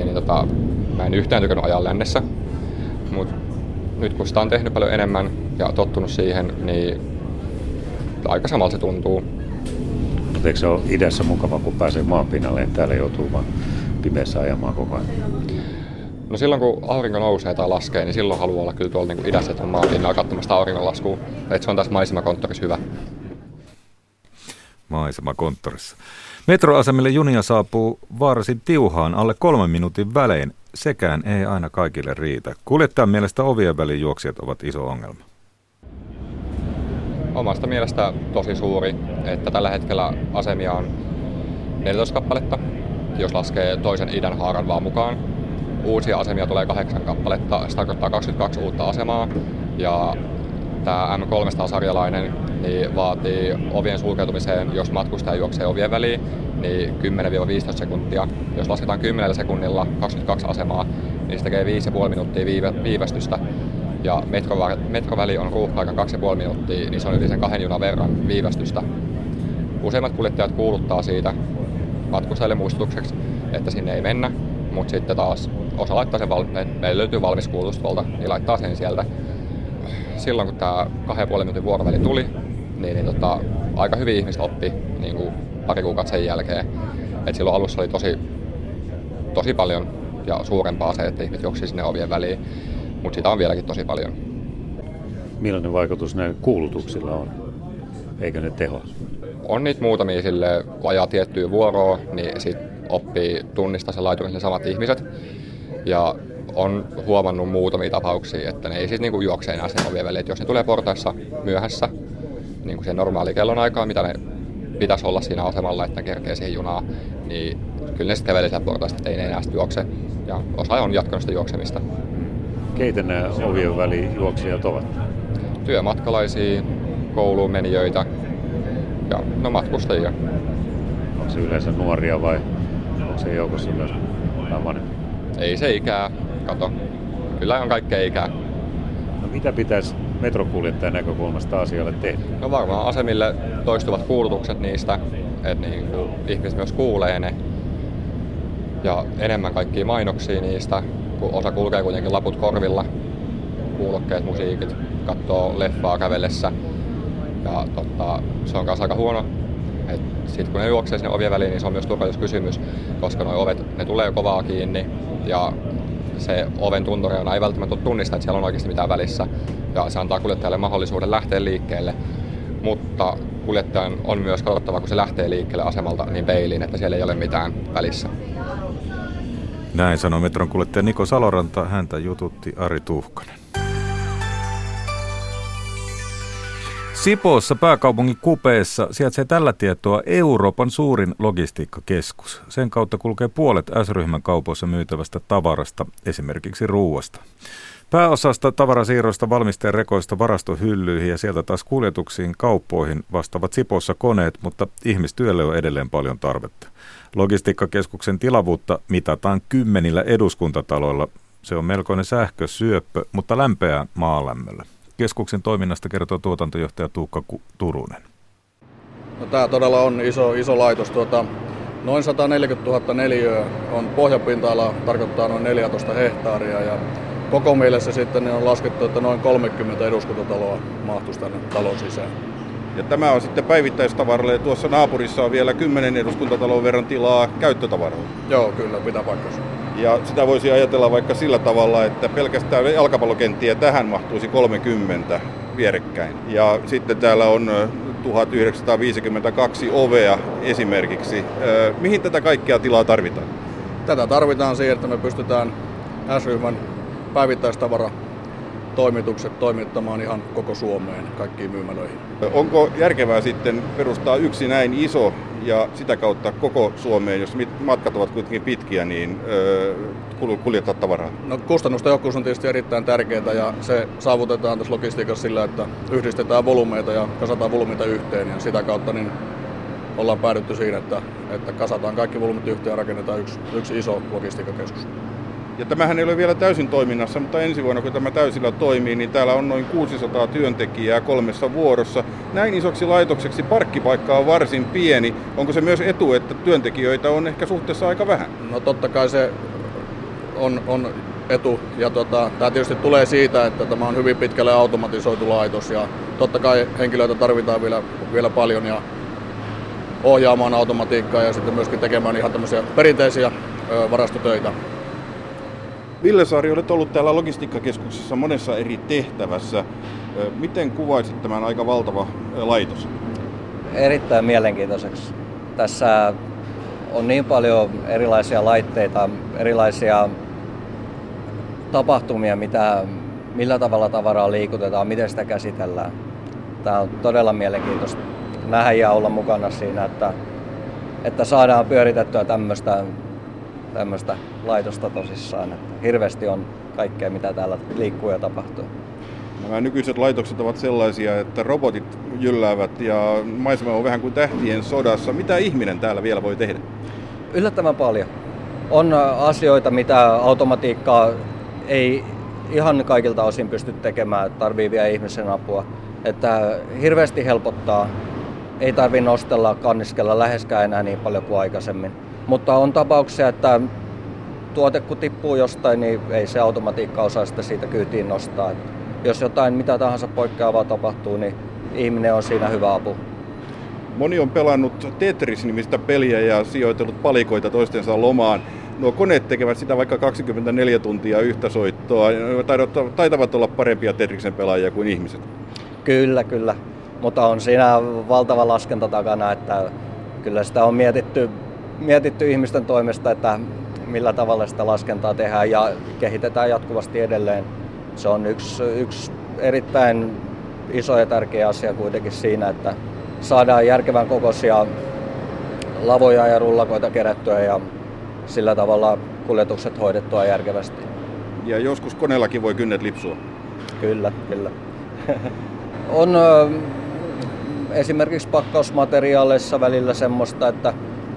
N: mä en yhtään tykännyt ajaa lännessä, mutta nyt kun sitä on tehnyt paljon enemmän ja tottunut siihen, niin aika samalta se tuntuu.
M: Mutta eikö se ole idässä mukava, kun pääsee maanpinnalle, että täällä joutuu vaan pimeässä ajamaan koko ajan?
N: No silloin kun aurinko nousee tai laskee, niin silloin haluaa olla kyllä tuolla niin kuin idässä, että on maanpinnalla katsomasta auringonlaskua. Että se on tässä maisemakonttorissa hyvä.
B: Maisemakonttorissa. Metroasemille junia saapuu varsin tiuhaan alle 3 minuutin välein. Sekään ei aina kaikille riitä. Kuljettajan mielestä ovien välin juoksijat ovat iso ongelma.
N: Omasta mielestä tosi suuri, että tällä hetkellä asemia on 14 kappaletta, jos laskee toisen idän haaran vaan mukaan. Uusia asemia tulee 8 kappaletta, se tarkoittaa 22 uutta asemaa. Ja tämä M300-sarjalainen niin vaatii ovien sulkeutumiseen, jos matkustaja juoksee ovien väliin, niin 10-15 sekuntia. Jos lasketaan 10 sekunnilla 22 asemaa, niin se tekee 5,5 minuuttia viivästystä. Ja metroväli on ruuhka-aika 2,5 minuuttia, niin se on yli sen 2 junan verran viivästystä. Useimmat kuljettajat kuuluttaa siitä matkustajille muistutukseksi, että sinne ei mennä, mutta sitten taas osa laittaa sen, meillä löytyy valmis kuulutus tuolta, niin laittaa sen sieltä. Silloin kun tämä 2,5 minuutin vuoroväli tuli, niin aika hyvin ihmiset oppi niin kuin pari kuukautta sen jälkeen. Et silloin alussa oli tosi paljon ja suurempaa se, että ihmiset juoksi sinne ovien väliin, mutta sitä on vieläkin tosi paljon.
M: Millainen vaikutus näillä kuulutuksilla on? Eikö ne tehoa?
N: On niitä muutamia sille, kun ajaa tiettyä vuoroa, niin sit oppii tunnistaa sen laiturin samat ihmiset. Ja on huomannut muutamia tapauksia, että ne ei siis niinku juokse enää sen ovien väliin. Et jos ne tulee portaissa myöhässä, niin kuin sen normaali kellonaikaan, mitä ne pitäisi olla siinä asemalla, että ne kerkee siihen junaan, niin kyllä ne sitten kävelee sieltä portaista, että ei ne enää sitten juokse. Ja osa on jatkanut sitä juoksemista.
M: Keitä nämä ovien välijuoksijat ovat?
N: Työmatkalaisia, kouluun menijöitä ja matkustajia.
M: Onko se yleensä nuoria vai onko se joukossa myös vähän vanhempi?
N: Ei se ikää, kato. Kyllä on kaikkea ikää.
M: No mitä pitäisi metrokuljettajan näkökulmasta asialle tehdä?
N: No varmaan asemille toistuvat kuulutukset niistä, että niin ihmiset myös kuulee ne. Ja enemmän kaikkia mainoksia niistä, kun osa kulkee kuitenkin laput korvilla, kuulokkeet, musiikit, katsoo leffaa kävellessä. Ja se on kanssa aika huono. Sitten kun ne juoksee sinne ovien väliin, niin se on myös turvallisuuskysymys, koska nuo ovet, ne tulee kovaa kiinni ja se oven tuntureuna ei välttämättä tunnista, että siellä on oikeasti mitään välissä. Ja se antaa kuljettajalle mahdollisuuden lähteä liikkeelle, mutta kuljettajan on myös katsottava, kun se lähtee liikkeelle asemalta, niin peiliin, että siellä ei ole mitään välissä.
B: Näin sanoi metron kuljettaja Niko Saloranta, häntä jututti Ari Tuhkanen. Sipoossa pääkaupungin kupeessa sijaitsee tällä tietoa Euroopan suurin logistiikkakeskus. Sen kautta kulkee puolet S-ryhmän kaupoissa myytävästä tavarasta, esimerkiksi ruuasta. Pääosasta tavarasiirroista valmisteen rekoista varastohyllyihin ja sieltä taas kuljetuksiin kauppoihin vastaavat Sipoossa koneet, mutta ihmistyölle on edelleen paljon tarvetta. Logistiikkakeskuksen tilavuutta mitataan 10 eduskuntataloilla. Se on melkoinen sähkösyöppö, mutta lämpeää maalämmöllä. Keskuksen toiminnasta kertoo tuotantojohtaja Tuukka Turunen.
O: No, tämä todella on iso laitos. Noin 140 000 neliöä on pohjapinta-ala, tarkoittaa noin 14 hehtaaria. Ja koko mielessä sitten on laskettu, että noin 30 eduskuntataloa mahtuisi tänne talon sisään.
P: Ja tämä on sitten päivittäistavaralle. Tuossa naapurissa on vielä 10 eduskuntatalon verran tilaa käyttötavaroille.
O: Joo, kyllä, pitää paikkansa.
P: Ja sitä voisi ajatella vaikka sillä tavalla, että pelkästään jalkapallokenttiä tähän mahtuisi 30 vierekkäin. Ja sitten täällä on 1952 ovea esimerkiksi. Mihin tätä kaikkea tilaa tarvitaan?
O: Tätä tarvitaan siihen, että me pystytään S-ryhmän päivittäistavaratoimitukset toimittamaan ihan koko Suomeen, kaikkiin myymälöihin.
P: Onko järkevää sitten perustaa yksi näin iso ja sitä kautta koko Suomeen, jos matkat ovat kuitenkin pitkiä, niin kuljettaa tavaraa?
O: No, kustannustehokkuus on tietysti erittäin tärkeää ja se saavutetaan tässä logistiikassa sillä, että yhdistetään volyymeita ja kasataan volyymeita yhteen ja sitä kautta niin ollaan päädytty siinä, että kasataan kaikki volyymit yhteen ja rakennetaan yksi iso logistiikkakeskus.
P: Ja tämähän ei ole vielä täysin toiminnassa, mutta ensi vuonna kun tämä täysillä toimii, niin täällä on noin 600 työntekijää 3 vuorossa. Näin isoksi laitokseksi parkkipaikka on varsin pieni. Onko se myös etu, että työntekijöitä on ehkä suhteessa aika vähän?
O: No totta kai se on etu. Ja tämä tietysti tulee siitä, että tämä on hyvin pitkälle automatisoitu laitos. Ja totta kai henkilöitä tarvitaan vielä paljon ja ohjaamaan automatiikkaa ja sitten myöskin tekemään ihan tämmöisiä perinteisiä varastotöitä.
P: Ville Saari, olet ollut täällä logistiikkakeskuksessa monessa eri tehtävässä. Miten kuvaisit tämän aika valtava laitos?
Q: Erittäin mielenkiintoiseksi. Tässä on niin paljon erilaisia laitteita, erilaisia tapahtumia, millä tavalla tavaraa liikutetaan, miten sitä käsitellään. Tämä on todella mielenkiintoista nähdä ja olla mukana siinä, että saadaan pyöritettyä tämmöistä laitosta tosissaan. Että hirveästi on kaikkea, mitä täällä liikkuu ja tapahtuu.
P: Nämä nykyiset laitokset ovat sellaisia, että robotit jylläävät ja maisema on vähän kuin tähtien sodassa. Mitä ihminen täällä vielä voi tehdä?
Q: Yllättävän paljon. On asioita, mitä automatiikkaa ei ihan kaikilta osin pysty tekemään, tarvii vielä ihmisen apua. Että hirveästi helpottaa. Ei tarvitse nostella, kanniskella läheskään enää niin paljon kuin aikaisemmin. Mutta on tapauksia, että tuote kun tippuu jostain, niin ei se automatiikka osaa sitä siitä kyytiin nostaa. Että jos jotain mitä tahansa poikkeavaa tapahtuu, niin ihminen on siinä hyvä apu.
P: Moni on pelannut Tetris-nimistä peliä ja sijoitellut palikoita toistensa lomaan. Nuo koneet tekevät sitä vaikka 24 tuntia yhtä soittoa. Taitavat olla parempia Tetriksen pelaajia kuin ihmiset.
Q: Kyllä. Mutta on siinä valtava laskenta takana, että kyllä sitä on mietitty ihmisten toimesta, että millä tavalla sitä laskentaa tehdään ja kehitetään jatkuvasti edelleen. Se on yksi erittäin iso ja tärkeä asia kuitenkin siinä, että saadaan järkevän kokoisia lavoja ja rullakoita kerättyä ja sillä tavalla kuljetukset hoidettua järkevästi.
P: Ja joskus koneellakin voi kynnet lipsua.
Q: Kyllä. On esimerkiksi pakkausmateriaaleissa välillä semmoista, että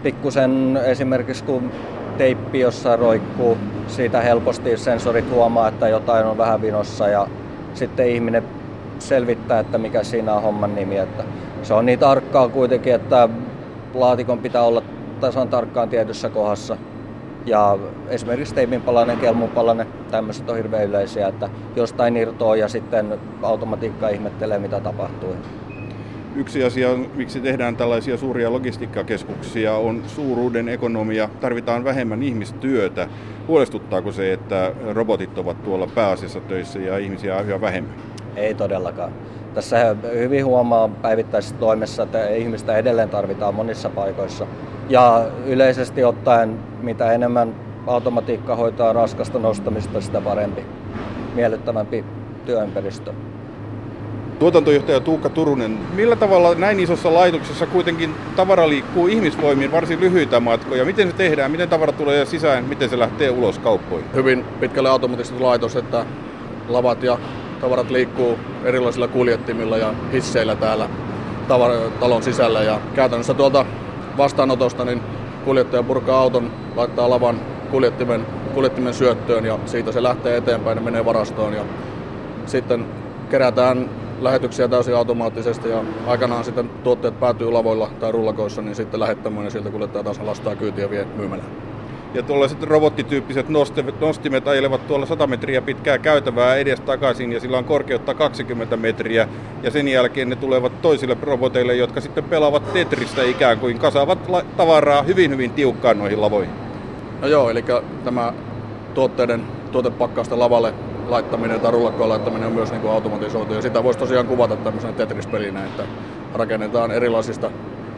Q: pikkusen esimerkiksi kun teippi jossain roikkuu, siitä helposti sensorit huomaa, että jotain on vähän vinossa ja sitten ihminen selvittää, että mikä siinä on homman nimi. Että se on niin tarkkaa kuitenkin, että laatikon pitää olla tasan tarkkaan tietyssä kohdassa. Ja esimerkiksi teipinpalanen, kelmunpalanen, tämmöiset on hirveän yleisiä, että jostain irtoaa ja sitten automatiikka ihmettelee, mitä tapahtuu.
P: Yksi asia, miksi tehdään tällaisia suuria logistiikkakeskuksia, on suuruuden ekonomia. Tarvitaan vähemmän ihmistyötä. Huolestuttaako se, että robotit ovat tuolla pääasiassa töissä ja ihmisiä on yhä vähemmän?
Q: Ei todellakaan. Tässä hyvin huomaa päivittäisessä toimessa, että ihmistä edelleen tarvitaan monissa paikoissa. Ja yleisesti ottaen, mitä enemmän automatiikka hoitaa raskasta nostamista, sitä parempi, miellyttävämpi työympäristö.
P: Tuotantojohtaja Tuukka Turunen, millä tavalla näin isossa laitoksessa kuitenkin tavara liikkuu ihmisvoimiin varsin lyhyitä matkoja? Miten se tehdään? Miten tavara tulee sisään? Miten se lähtee ulos kauppoihin?
O: Hyvin pitkälle automatisoitu laitos, että lavat ja tavarat liikkuu erilaisilla kuljettimilla ja hisseillä täällä talon sisällä. Ja käytännössä tuolta vastaanotosta niin kuljettaja purkaa auton, laittaa lavan kuljettimen syöttöön ja siitä se lähtee eteenpäin ja menee varastoon. Ja sitten kerätään lähetyksiä täysin automaattisesti ja aikanaan sitten tuotteet päätyy lavoilla tai rullakoissa, niin sitten lähettämään ja sieltä kuljettaja taas lastaa kyytiä ja vie myymälään.
P: Ja tuollaiset robottityyppiset nostimet ajelevat tuolla 100 metriä pitkää käytävää edes takaisin ja sillä on korkeutta 20 metriä. Ja sen jälkeen ne tulevat toisille roboteille, jotka sitten pelaavat Tetristä ikään kuin, kasaavat tavaraa hyvin tiukkaan noihin lavoihin.
O: No joo, eli tämä tuotepakkausta lavalle laittaminen tai rullakkoon laittaminen on myös niin kuin automatisoitu. Ja sitä voisi tosiaan kuvata tämmöisenä Tetris-pelinä, että rakennetaan erilaisista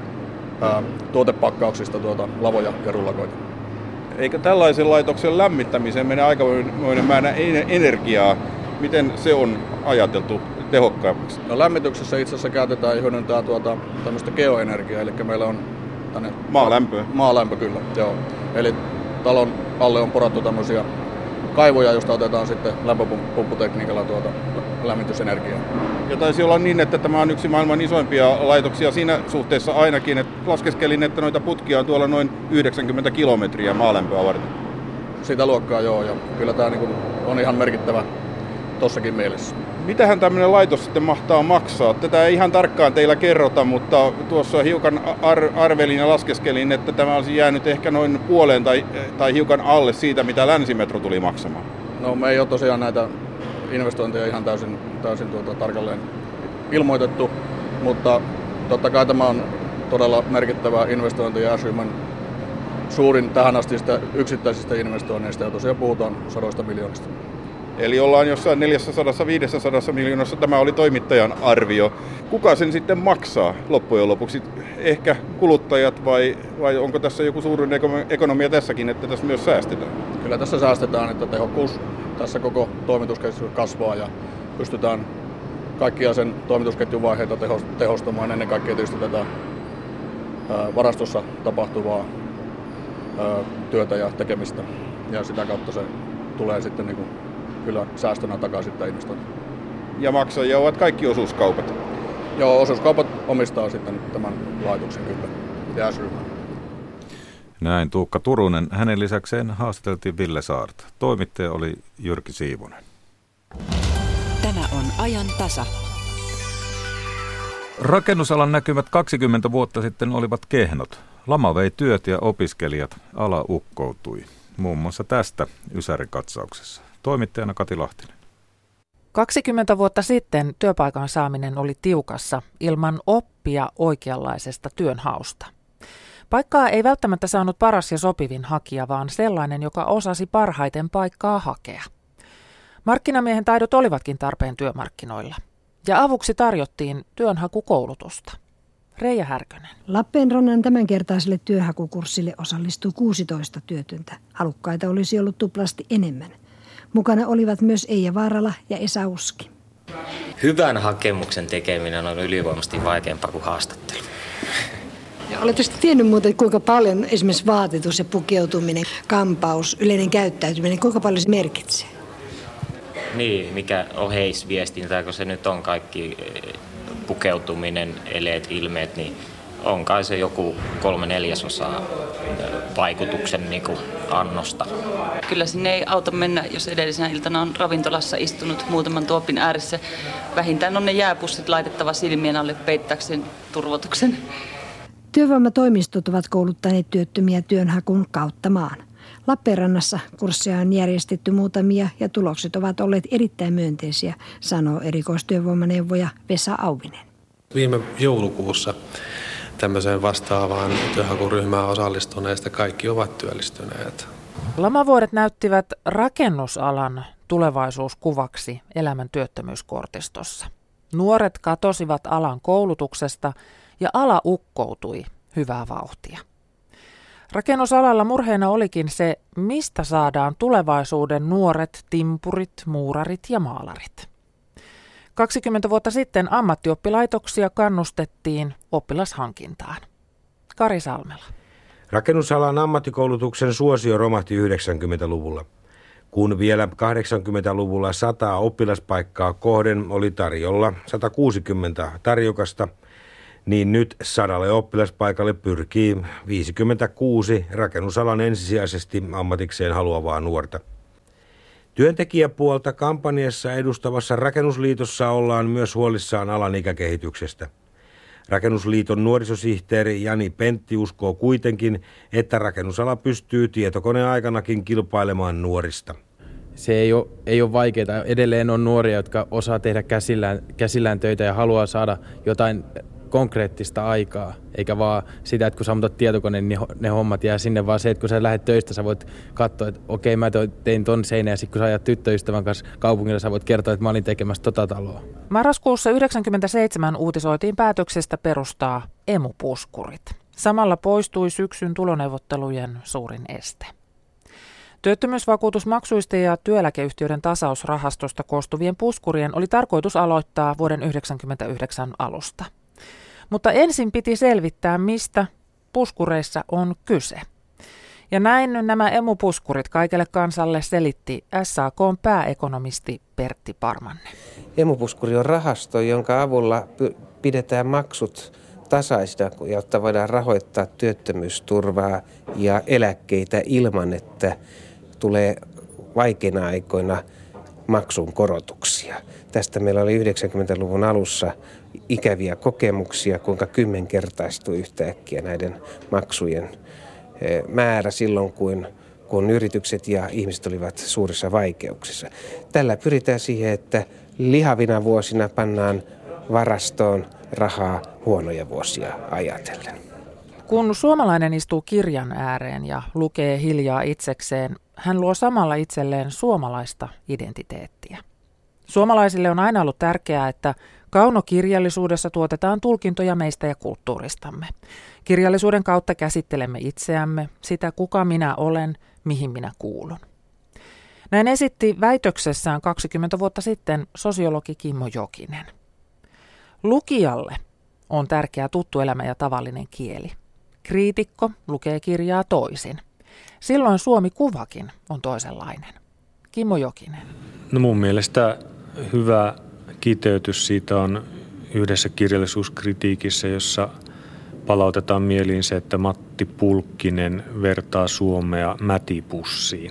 O: tuotepakkauksista lavoja ja rullakoita.
P: Eikö tällaisen laitoksen lämmittämiseen mene aikamoinen määrä energiaa? Miten se on ajateltu tehokkaammaksi?
O: No, lämmityksessä itse asiassa käytetään ja hyödyntää tämmöistä geoenergiaa, eli meillä on tänne maalämpö kyllä, joo. Eli talon alle on porattu tämmöisiä kaivoja, josta otetaan sitten lämpöpumpputekniikalla lämmitysenergiaa.
P: Ja taisi olla niin, että tämä on yksi maailman isoimpia laitoksia siinä suhteessa ainakin, että laskeskelin, että noita putkia on tuolla noin 90 kilometriä maalämpöä varten.
O: Sitä luokkaa joo, ja kyllä tämä on ihan merkittävä tossakin mielessä.
P: Mitähän tämmöinen laitos sitten mahtaa maksaa? Tätä ei ihan tarkkaan teillä kerrota, mutta tuossa hiukan arvelin ja laskeskelin, että tämä olisi jäänyt ehkä noin puoleen tai hiukan alle siitä, mitä Länsimetro tuli maksamaan.
O: No, me ei ole tosiaan näitä investointeja ihan täysin tarkalleen ilmoitettu, mutta totta kai tämä on todella merkittävä investointi ja S-ryhmän suurin tähän asti yksittäisistä investoinneista, ja tosiaan puhutaan 100 miljoonista.
P: Eli ollaan jossain 400-500 miljoonassa, tämä oli toimittajan arvio. Kuka sen sitten maksaa loppujen lopuksi? Ehkä kuluttajat vai onko tässä joku suurin ekonomia tässäkin, että tässä myös säästetään?
O: Kyllä tässä säästetään, että tehokkuus tässä koko toimitusketjussa kasvaa ja pystytään kaikkia sen toimitusketjun vaiheita tehostamaan, ennen kaikkea tietysti tätä varastossa tapahtuvaa työtä ja tekemistä. Ja sitä kautta se tulee sitten kyllä säästönä takaisin tämä investointi.
P: Ja maksajia ovat kaikki osuuskaupat?
O: Joo, osuuskaupat omistaa sitten tämän laitoksen kyllä ja S-ryhmän.
B: Näin Tuukka Turunen. Hänen lisäkseen haastateltiin Ville Saarta. Toimittaja oli Jyrki Siivonen.
R: Tämä on ajan tasa.
B: Rakennusalan näkymät 20 vuotta sitten olivat kehnot. Lama vei työt ja opiskelijat. Ala ukkoutui. Muun muassa tästä Ysäri-katsauksessa. Toimittajana Kati Lahtinen.
S: 20 vuotta sitten työpaikan saaminen oli tiukassa ilman oppia oikeanlaisesta työnhausta. Paikkaa ei välttämättä saanut paras ja sopivin hakija, vaan sellainen, joka osasi parhaiten paikkaa hakea. Markkinamiehen taidot olivatkin tarpeen työmarkkinoilla. Ja avuksi tarjottiin työnhakukoulutusta. Reija Härkönen.
T: Lappeenrannan tämänkertaiselle työhakukurssille osallistui 16 työtöntä. Halukkaita olisi ollut tuplasti enemmän. Mukana olivat myös Eija Vaarala ja Esa Uski.
U: Hyvän hakemuksen tekeminen on ylivoimaisesti vaikeampaa kuin haastattelu.
T: Ja oletteko tiennyt muuten, kuinka paljon esimerkiksi vaatetus ja pukeutuminen, kampaus, yleinen käyttäytyminen, kuinka paljon se merkitsee?
U: Niin, mikä oheisviestintä, kun se nyt on kaikki pukeutuminen, eleet, ilmeet, niin on kai se joku 3/4 vaikutuksen niin kuin annosta.
A: Kyllä sinne ei auta mennä, jos edellisenä iltana on ravintolassa istunut muutaman tuopin ääressä. Vähintään on ne jääpussit laitettava silmien alle peittääkseen turvotuksen.
T: Työvoimatoimistot ovat kouluttaneet työttömiä työnhakun kautta maan. Lappeenrannassa kursseja on järjestetty muutamia ja tulokset ovat olleet erittäin myönteisiä, sanoo erikoistyövoimaneuvoja Vesa Auvinen.
V: Viime joulukuussa tämmöiseen vastaavaan työnhakuryhmään osallistuneista kaikki ovat työllistyneet.
S: Lamavuodet näyttivät rakennusalan tulevaisuuskuvaksi elämän työttömyyskortistossa. Nuoret katosivat alan koulutuksesta ja ala ukkoutui hyvää vauhtia. Rakennusalalla murheena olikin se, mistä saadaan tulevaisuuden nuoret timpurit, muurarit ja maalarit. 20 vuotta sitten ammattioppilaitoksia kannustettiin oppilashankintaan. Kari Salmela.
W: Rakennusalan ammattikoulutuksen suosio romahti 90-luvulla. Kun vielä 80-luvulla 100 oppilaspaikkaa kohden oli tarjolla 160 tarjokasta, niin nyt 100 oppilaspaikalle pyrkii 56 rakennusalan ensisijaisesti ammatikseen haluavaa nuorta. Työntekijäpuolta kampanjassa edustavassa Rakennusliitossa ollaan myös huolissaan alan ikäkehityksestä. Rakennusliiton nuorisosihteeri Jani Pentti uskoo kuitenkin, että rakennusala pystyy tietokoneaikanakin kilpailemaan nuorista.
X: Se ei ole vaikeaa. Edelleen on nuoria, jotka osaa tehdä käsillään töitä ja haluaa saada jotain konkreettista aikaa, eikä vaan sitä, että kun sammutat tietokoneen, niin ne hommat jää sinne, vaan se, että kun sä lähdet töistä, sä voit katsoa, että okei, mä tein ton seinän, ja sitten kun sä ajat tyttöystävän kanssa kaupungilla, sä voit kertoa, että mä olin tekemässä tota taloa.
S: Marraskuussa 1997 uutisoitiin päätöksestä perustaa emupuskurit. Samalla poistui syksyn tuloneuvottelujen suurin este. Työttömyysvakuutusmaksuista ja työeläkeyhtiöiden tasausrahastosta koostuvien puskurien oli tarkoitus aloittaa vuoden 1999 alusta. Mutta ensin piti selvittää, mistä puskureissa on kyse. Ja näin nämä emupuskurit kaikelle kansalle selitti SAK:n pääekonomisti Pertti Parmanne.
Y: Emupuskuri on rahasto, jonka avulla pidetään maksut tasaisina, jotta voidaan rahoittaa työttömyysturvaa ja eläkkeitä ilman, että tulee vaikeina aikoina maksun korotuksia. Tästä meillä oli 90-luvun alussa ikäviä kokemuksia, kuinka 10-kertaistui yhtäkkiä näiden maksujen määrä silloin, kun yritykset ja ihmiset olivat suurissa vaikeuksissa. Tällä pyritään siihen, että lihavina vuosina pannaan varastoon rahaa huonoja vuosia ajatellen.
S: Kun suomalainen istuu kirjan ääreen ja lukee hiljaa itsekseen, hän luo samalla itselleen suomalaista identiteettiä. Suomalaisille on aina ollut tärkeää, että kaunokirjallisuudessa tuotetaan tulkintoja meistä ja kulttuuristamme. Kirjallisuuden kautta käsittelemme itseämme, sitä kuka minä olen, mihin minä kuulun. Näin esitti väitöksessään 20 vuotta sitten sosiologi Kimmo Jokinen. Lukijalle on tärkeä tuttu elämä ja tavallinen kieli. Kriitikko lukee kirjaa toisin. Silloin Suomi-kuvakin on toisenlainen. Kimmo Jokinen.
Z: No mun mielestä hyvä kiteytys siitä on yhdessä kirjallisuuskritiikissä, jossa palautetaan mieliin se, että Matti Pulkkinen vertaa Suomea mätipussiin.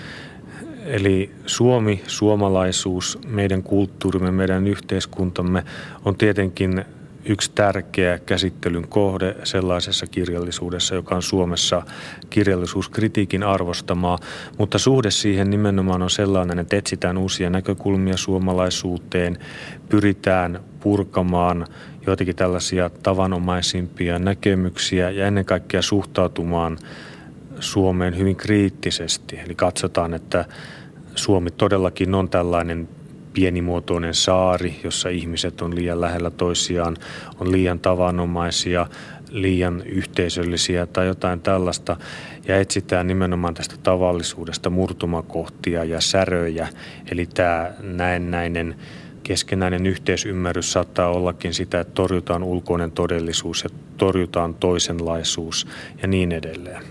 Z: Eli Suomi, suomalaisuus, meidän kulttuurimme, meidän yhteiskuntamme on tietenkin yksi tärkeä käsittelyn kohde sellaisessa kirjallisuudessa, joka on Suomessa kirjallisuuskritiikin arvostamaa, mutta suhde siihen nimenomaan on sellainen, että etsitään uusia näkökulmia suomalaisuuteen, pyritään purkamaan joitakin tällaisia tavanomaisimpia näkemyksiä ja ennen kaikkea suhtautumaan Suomeen hyvin kriittisesti. Eli katsotaan, että Suomi todellakin on tällainen pienimuotoinen saari, jossa ihmiset on liian lähellä toisiaan, on liian tavanomaisia, liian yhteisöllisiä tai jotain tällaista. Ja etsitään nimenomaan tästä tavallisuudesta murtumakohtia ja säröjä. Eli tämä näennäinen keskenäinen yhteisymmärrys saattaa ollakin sitä, että torjutaan ulkoinen todellisuus ja torjutaan toisenlaisuus ja niin edelleen.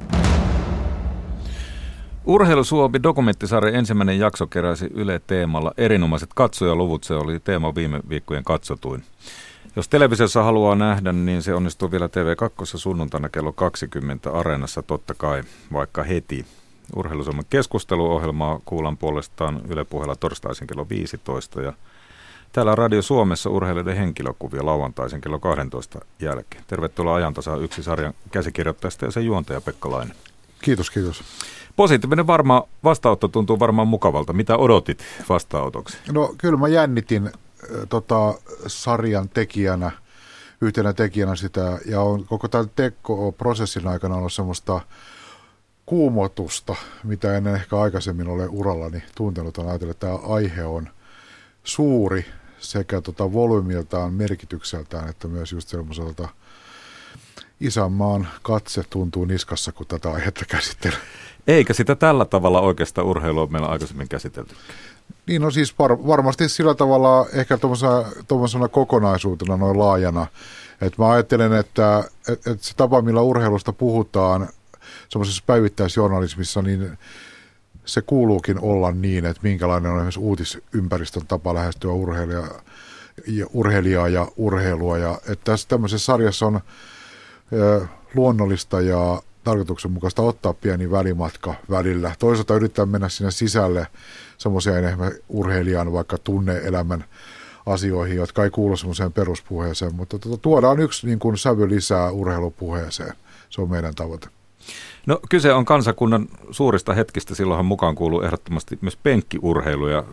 B: Urheilusuomi -dokumenttisarjan ensimmäinen jakso keräsi Yle Teemalla erinomaiset katsojaluvut. Se oli Teema viime viikkojen katsotuin. Jos televisiossa haluaa nähdä, niin se onnistuu vielä TV2 sunnuntaina kello 20 Areenassa totta kai, vaikka heti. Urheilusuomen keskusteluohjelmaa kuullaan puolestaan Yle Puheella torstaisin kello 15 ja täällä Radio Suomessa urheilijoiden henkilökuvia lauantaisin kello 12 jälkeen. Tervetuloa Ajantasaan yksi sarjan käsikirjoittajasta ja sen juontaja Pekka Laine.
D: Kiitos, kiitos.
B: Positiivinen vastaanotto tuntuu varmaan mukavalta. Mitä odotit vastaanotoksi?
D: No kyllä mä jännitin sarjan tekijänä, yhtenä tekijänä sitä, ja on koko tämän prosessin aikana ollut semmoista kuumotusta, mitä en ehkä aikaisemmin ole urallani tuntenut. On ajatellut, että tämä aihe on suuri sekä volyymiltaan, merkitykseltään, että myös just semmoiselta isänmaan katse tuntuu niskassa, kun tätä aihetta käsittelee.
B: Eikä sitä tällä tavalla oikeastaan urheilua meillä aikaisemmin käsitelty.
D: Niin, no siis varmasti sillä tavalla ehkä tuommoisena kokonaisuutena noin laajana. Että mä ajattelen, että se tapa, millä urheilusta puhutaan semmoisessa päivittäisjournalismissa, niin se kuuluukin olla niin, että minkälainen on esimerkiksi uutisympäristön tapa lähestyä urheilijaa ja urheilua. Ja että tässä tämmöisessä sarjassa on luonnollista ja tarkoituksenmukaista ottaa pieni välimatka välillä. Toisaalta yrittää mennä sinne sisälle semmoisia enemmän urheilijan vaikka tunne-elämän asioihin, jotka ei kuulu semmoiseen peruspuheeseen, mutta tuodaan yksi niin kuin sävy lisää urheilupuheeseen. Se on meidän tavoite.
B: No kyse on kansakunnan suurista hetkistä, silloinhan mukaan kuuluu ehdottomasti myös penkkiurheilu ja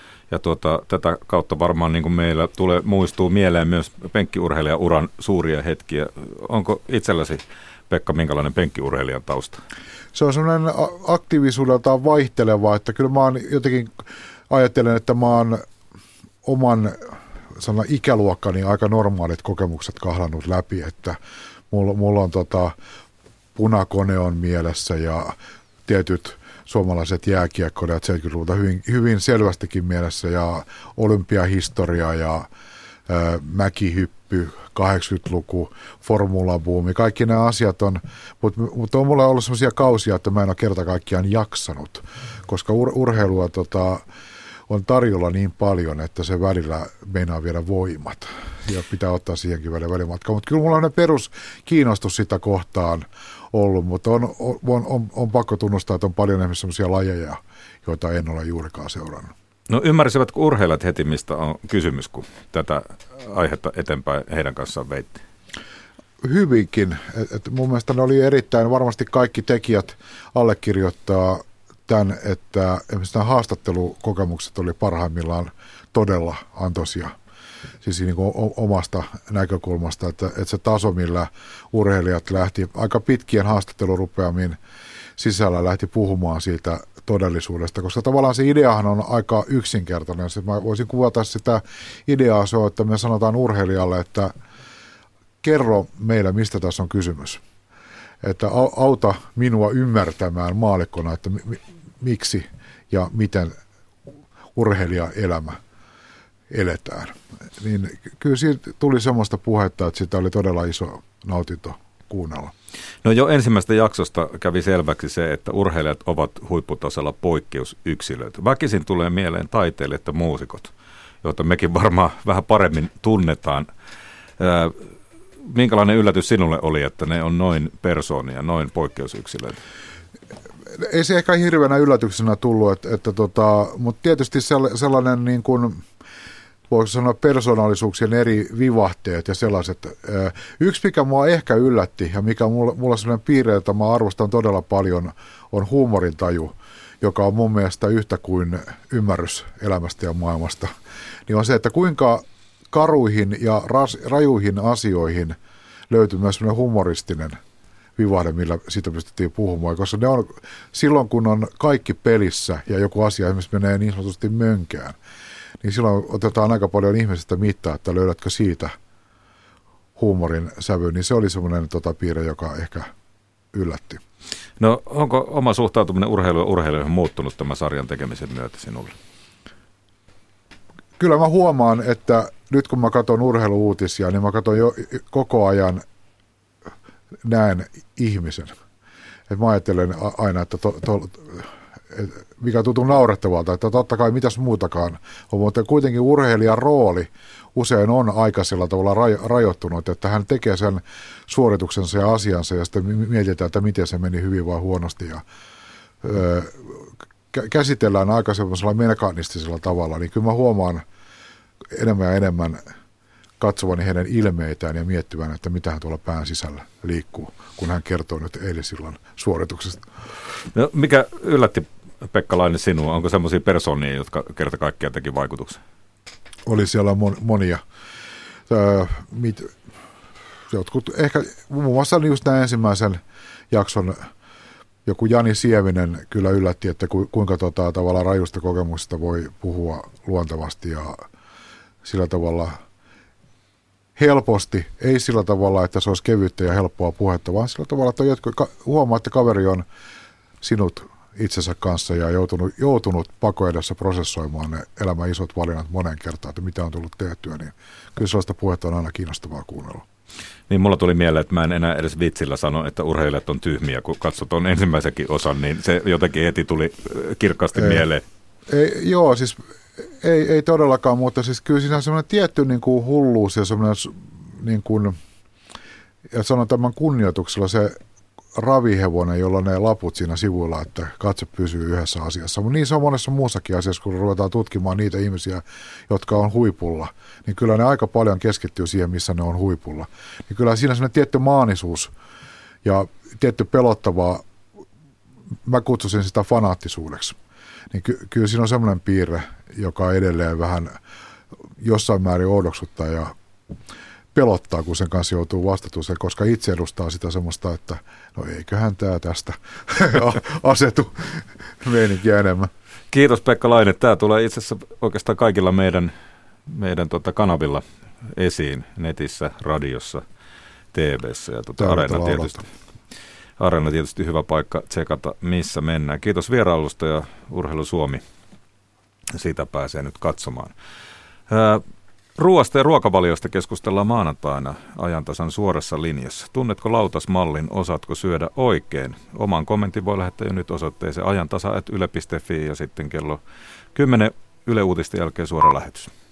B: tätä kautta varmaan niin kuin meillä muistuu mieleen myös penkkiurheilijauran suuria hetkiä. Onko itselläsi, Pekka, minkälainen penkkiurheilijan tausta?
D: Se on sellainen aktiivisuudeltaan vaihteleva, että kyllä mä jotenkin ajattelen, että mä oon oman ikäluokkani aika normaalit kokemukset kahlannut läpi, että mulla on punakone on mielessä ja tietyt suomalaiset jääkiekkoilijat 70-luvulta hyvin selvästikin mielessä ja olympiahistoria ja mäkihyppy, 80-luku, formulabuumi, kaikki nämä asiat on, mutta on mulla ollut sellaisia kausia, että mä en ole kerta kaikkiaan jaksanut, koska urheilua on tarjolla niin paljon, että se välillä meinaa viedä voimat ja pitää ottaa siihenkin välillä välimatkaa. Mutta kyllä mulla on peruskiinnostus sitä kohtaan ollut, mutta on pakko tunnustaa, että on paljon esimerkiksi sellaisia lajeja, joita en ole juurikaan seurannut.
B: No ymmärsivätkö urheilijat heti, mistä on kysymys, kun tätä aihetta eteenpäin heidän kanssaan veitti?
D: Hyvinkin. Mun mielestä ne oli erittäin, varmasti kaikki tekijät allekirjoittaa tämän, että esimerkiksi nämä haastattelukokemukset oli parhaimmillaan todella antoisia. Siis niin kuin omasta näkökulmasta, että se taso, millä urheilijat lähti aika pitkien haastattelurupeamiin sisällä lähti puhumaan siitä todellisuudesta, koska tavallaan se ideahan on aika yksinkertainen. Mä voisin kuvata sitä ideaa se, että me sanotaan urheilijalle, että kerro meille, mistä tässä on kysymys. Että auta minua ymmärtämään maallikkona, että miksi ja miten urheilijaelämä eletään. Niin kyllä siitä tuli semmoista puhetta, että sitä oli todella iso nautinto kuunnella.
B: No jo ensimmäistä jaksosta kävi selväksi se, että urheilijat ovat huipputasolla poikkeusyksilöitä. Väkisin tulee mieleen taiteilijat ja muusikot, joita mekin varmaan vähän paremmin tunnetaan. Minkälainen yllätys sinulle oli, että ne on noin persoonia, noin poikkeusyksilöitä?
D: Ei se ehkä hirveänä yllätyksenä tullut, mutta tietysti sellainen niin kuin voisi sanoa persoonallisuuksien eri vivahteet ja sellaiset. Yksi, mikä mua ehkä yllätti ja mikä mulla on sellainen piirre, jota mä arvostan todella paljon, on huumorintaju, joka on mun mielestä yhtä kuin ymmärrys elämästä ja maailmasta. Niin on se, että kuinka karuihin ja rajuihin asioihin löytyy myös sellainen humoristinen vivahde, millä siitä pystyttiin puhumaan, koska ne on silloin, kun on kaikki pelissä ja joku asia esimerkiksi menee niin sanotusti mönkään, niin silloin otetaan aika paljon ihmisistä mittaa, että löydätkö siitä huumorin sävy, niin se oli semmoinen piirre, joka ehkä yllätti.
B: No onko oma suhtautuminen urheiluihin muuttunut tämän sarjan tekemisen myötä sinulle?
D: Kyllä mä huomaan, että nyt kun mä katson urheiluuutisia, niin mä katson jo koko ajan näen ihmisen. Et mä ajattelen aina, että mikä tuntuu naurettavalta, että totta kai mitäs muutakaan on, mutta kuitenkin urheilijan rooli usein on aika sillä tavalla rajoittunut, että hän tekee sen suorituksensa ja asiansa ja sitten mietitään, että miten se meni hyvin vai huonosti ja käsitellään aika semmoisella mekanistisella tavalla, niin kyllä mä huomaan enemmän ja enemmän katsovani heidän ilmeitään ja miettivän, että mitä hän tuolla pään sisällä liikkuu, kun hän kertoo nyt eilisillan suorituksesta.
B: No, mikä yllätti Pekka Laine sinua? Onko semmoisia persoonia, jotka kerta kaikkiaan teki vaikutuksen?
D: Oli siellä monia. Jotkut, ehkä muun muassa just näin ensimmäisen jakson joku Jani Sievinen kyllä yllätti, että kuinka tavallaan rajusta kokemuksesta voi puhua luontevasti ja sillä tavalla helposti, ei sillä tavalla, että se olisi kevyttä ja helppoa puhetta, vaan sillä tavalla, että huomaa, että kaveri on sinut itsensä kanssa ja joutunut pakoedessä prosessoimaan ne elämän isot valinnat monen kertaan, että mitä on tullut tehtyä, niin kyllä sellaista puhetta on aina kiinnostavaa kuunnella.
B: Niin mulla tuli mieleen, että mä en enää edes vitsillä sano, että urheilijat on tyhmiä, kun katsot tuon ensimmäisenkin osan, niin se jotenkin heti tuli kirkkaasti mieleen.
D: Joo, siis ei todellakaan, mutta siis kyllä siinä on semmoinen tietty niin kuin hulluus ja semmoinen, niin kuin, ja sanon tämän kunnioituksella se ravihevonen, jolla on ne laput siinä sivuilla, että katse pysyy yhdessä asiassa. Mutta niin se on monessa muussakin asiassa, kun ruvetaan tutkimaan niitä ihmisiä, jotka on huipulla, niin kyllä ne aika paljon keskittyy siihen, missä ne on huipulla. Niin kyllä siinä on semmoinen tietty maanisuus ja tietty pelottavaa, mä kutsusin sitä fanaattisuudeksi. Niin kyllä siinä on semmoinen piirre, joka edelleen vähän jossain määrin oudoksuttaa ja pelottaa, kun sen kanssa joutuu vastatukseen, koska itse edustaa sitä semmoista, että no eiköhän tämä tästä asetu meininkiä enemmän.
B: Kiitos Pekka Laine. Tämä tulee itse asiassa oikeastaan kaikilla meidän kanavilla esiin, netissä, radiossa, TV:ssä ja Areena tietysti hyvä paikka tsekata, missä mennään. Kiitos vierailusta ja Urheilu Suomi. Siitä pääsee nyt katsomaan. Ruoasta ja ruokavaliosta keskustellaan maanantaina Ajantasan suorassa linjassa. Tunnetko lautasmallin, osaatko syödä oikein? Oman kommentin voi lähettää jo nyt osoitteeseen ajantasa@yle.fi ja sitten kello 10 Yle Uutisten jälkeen suora lähetys.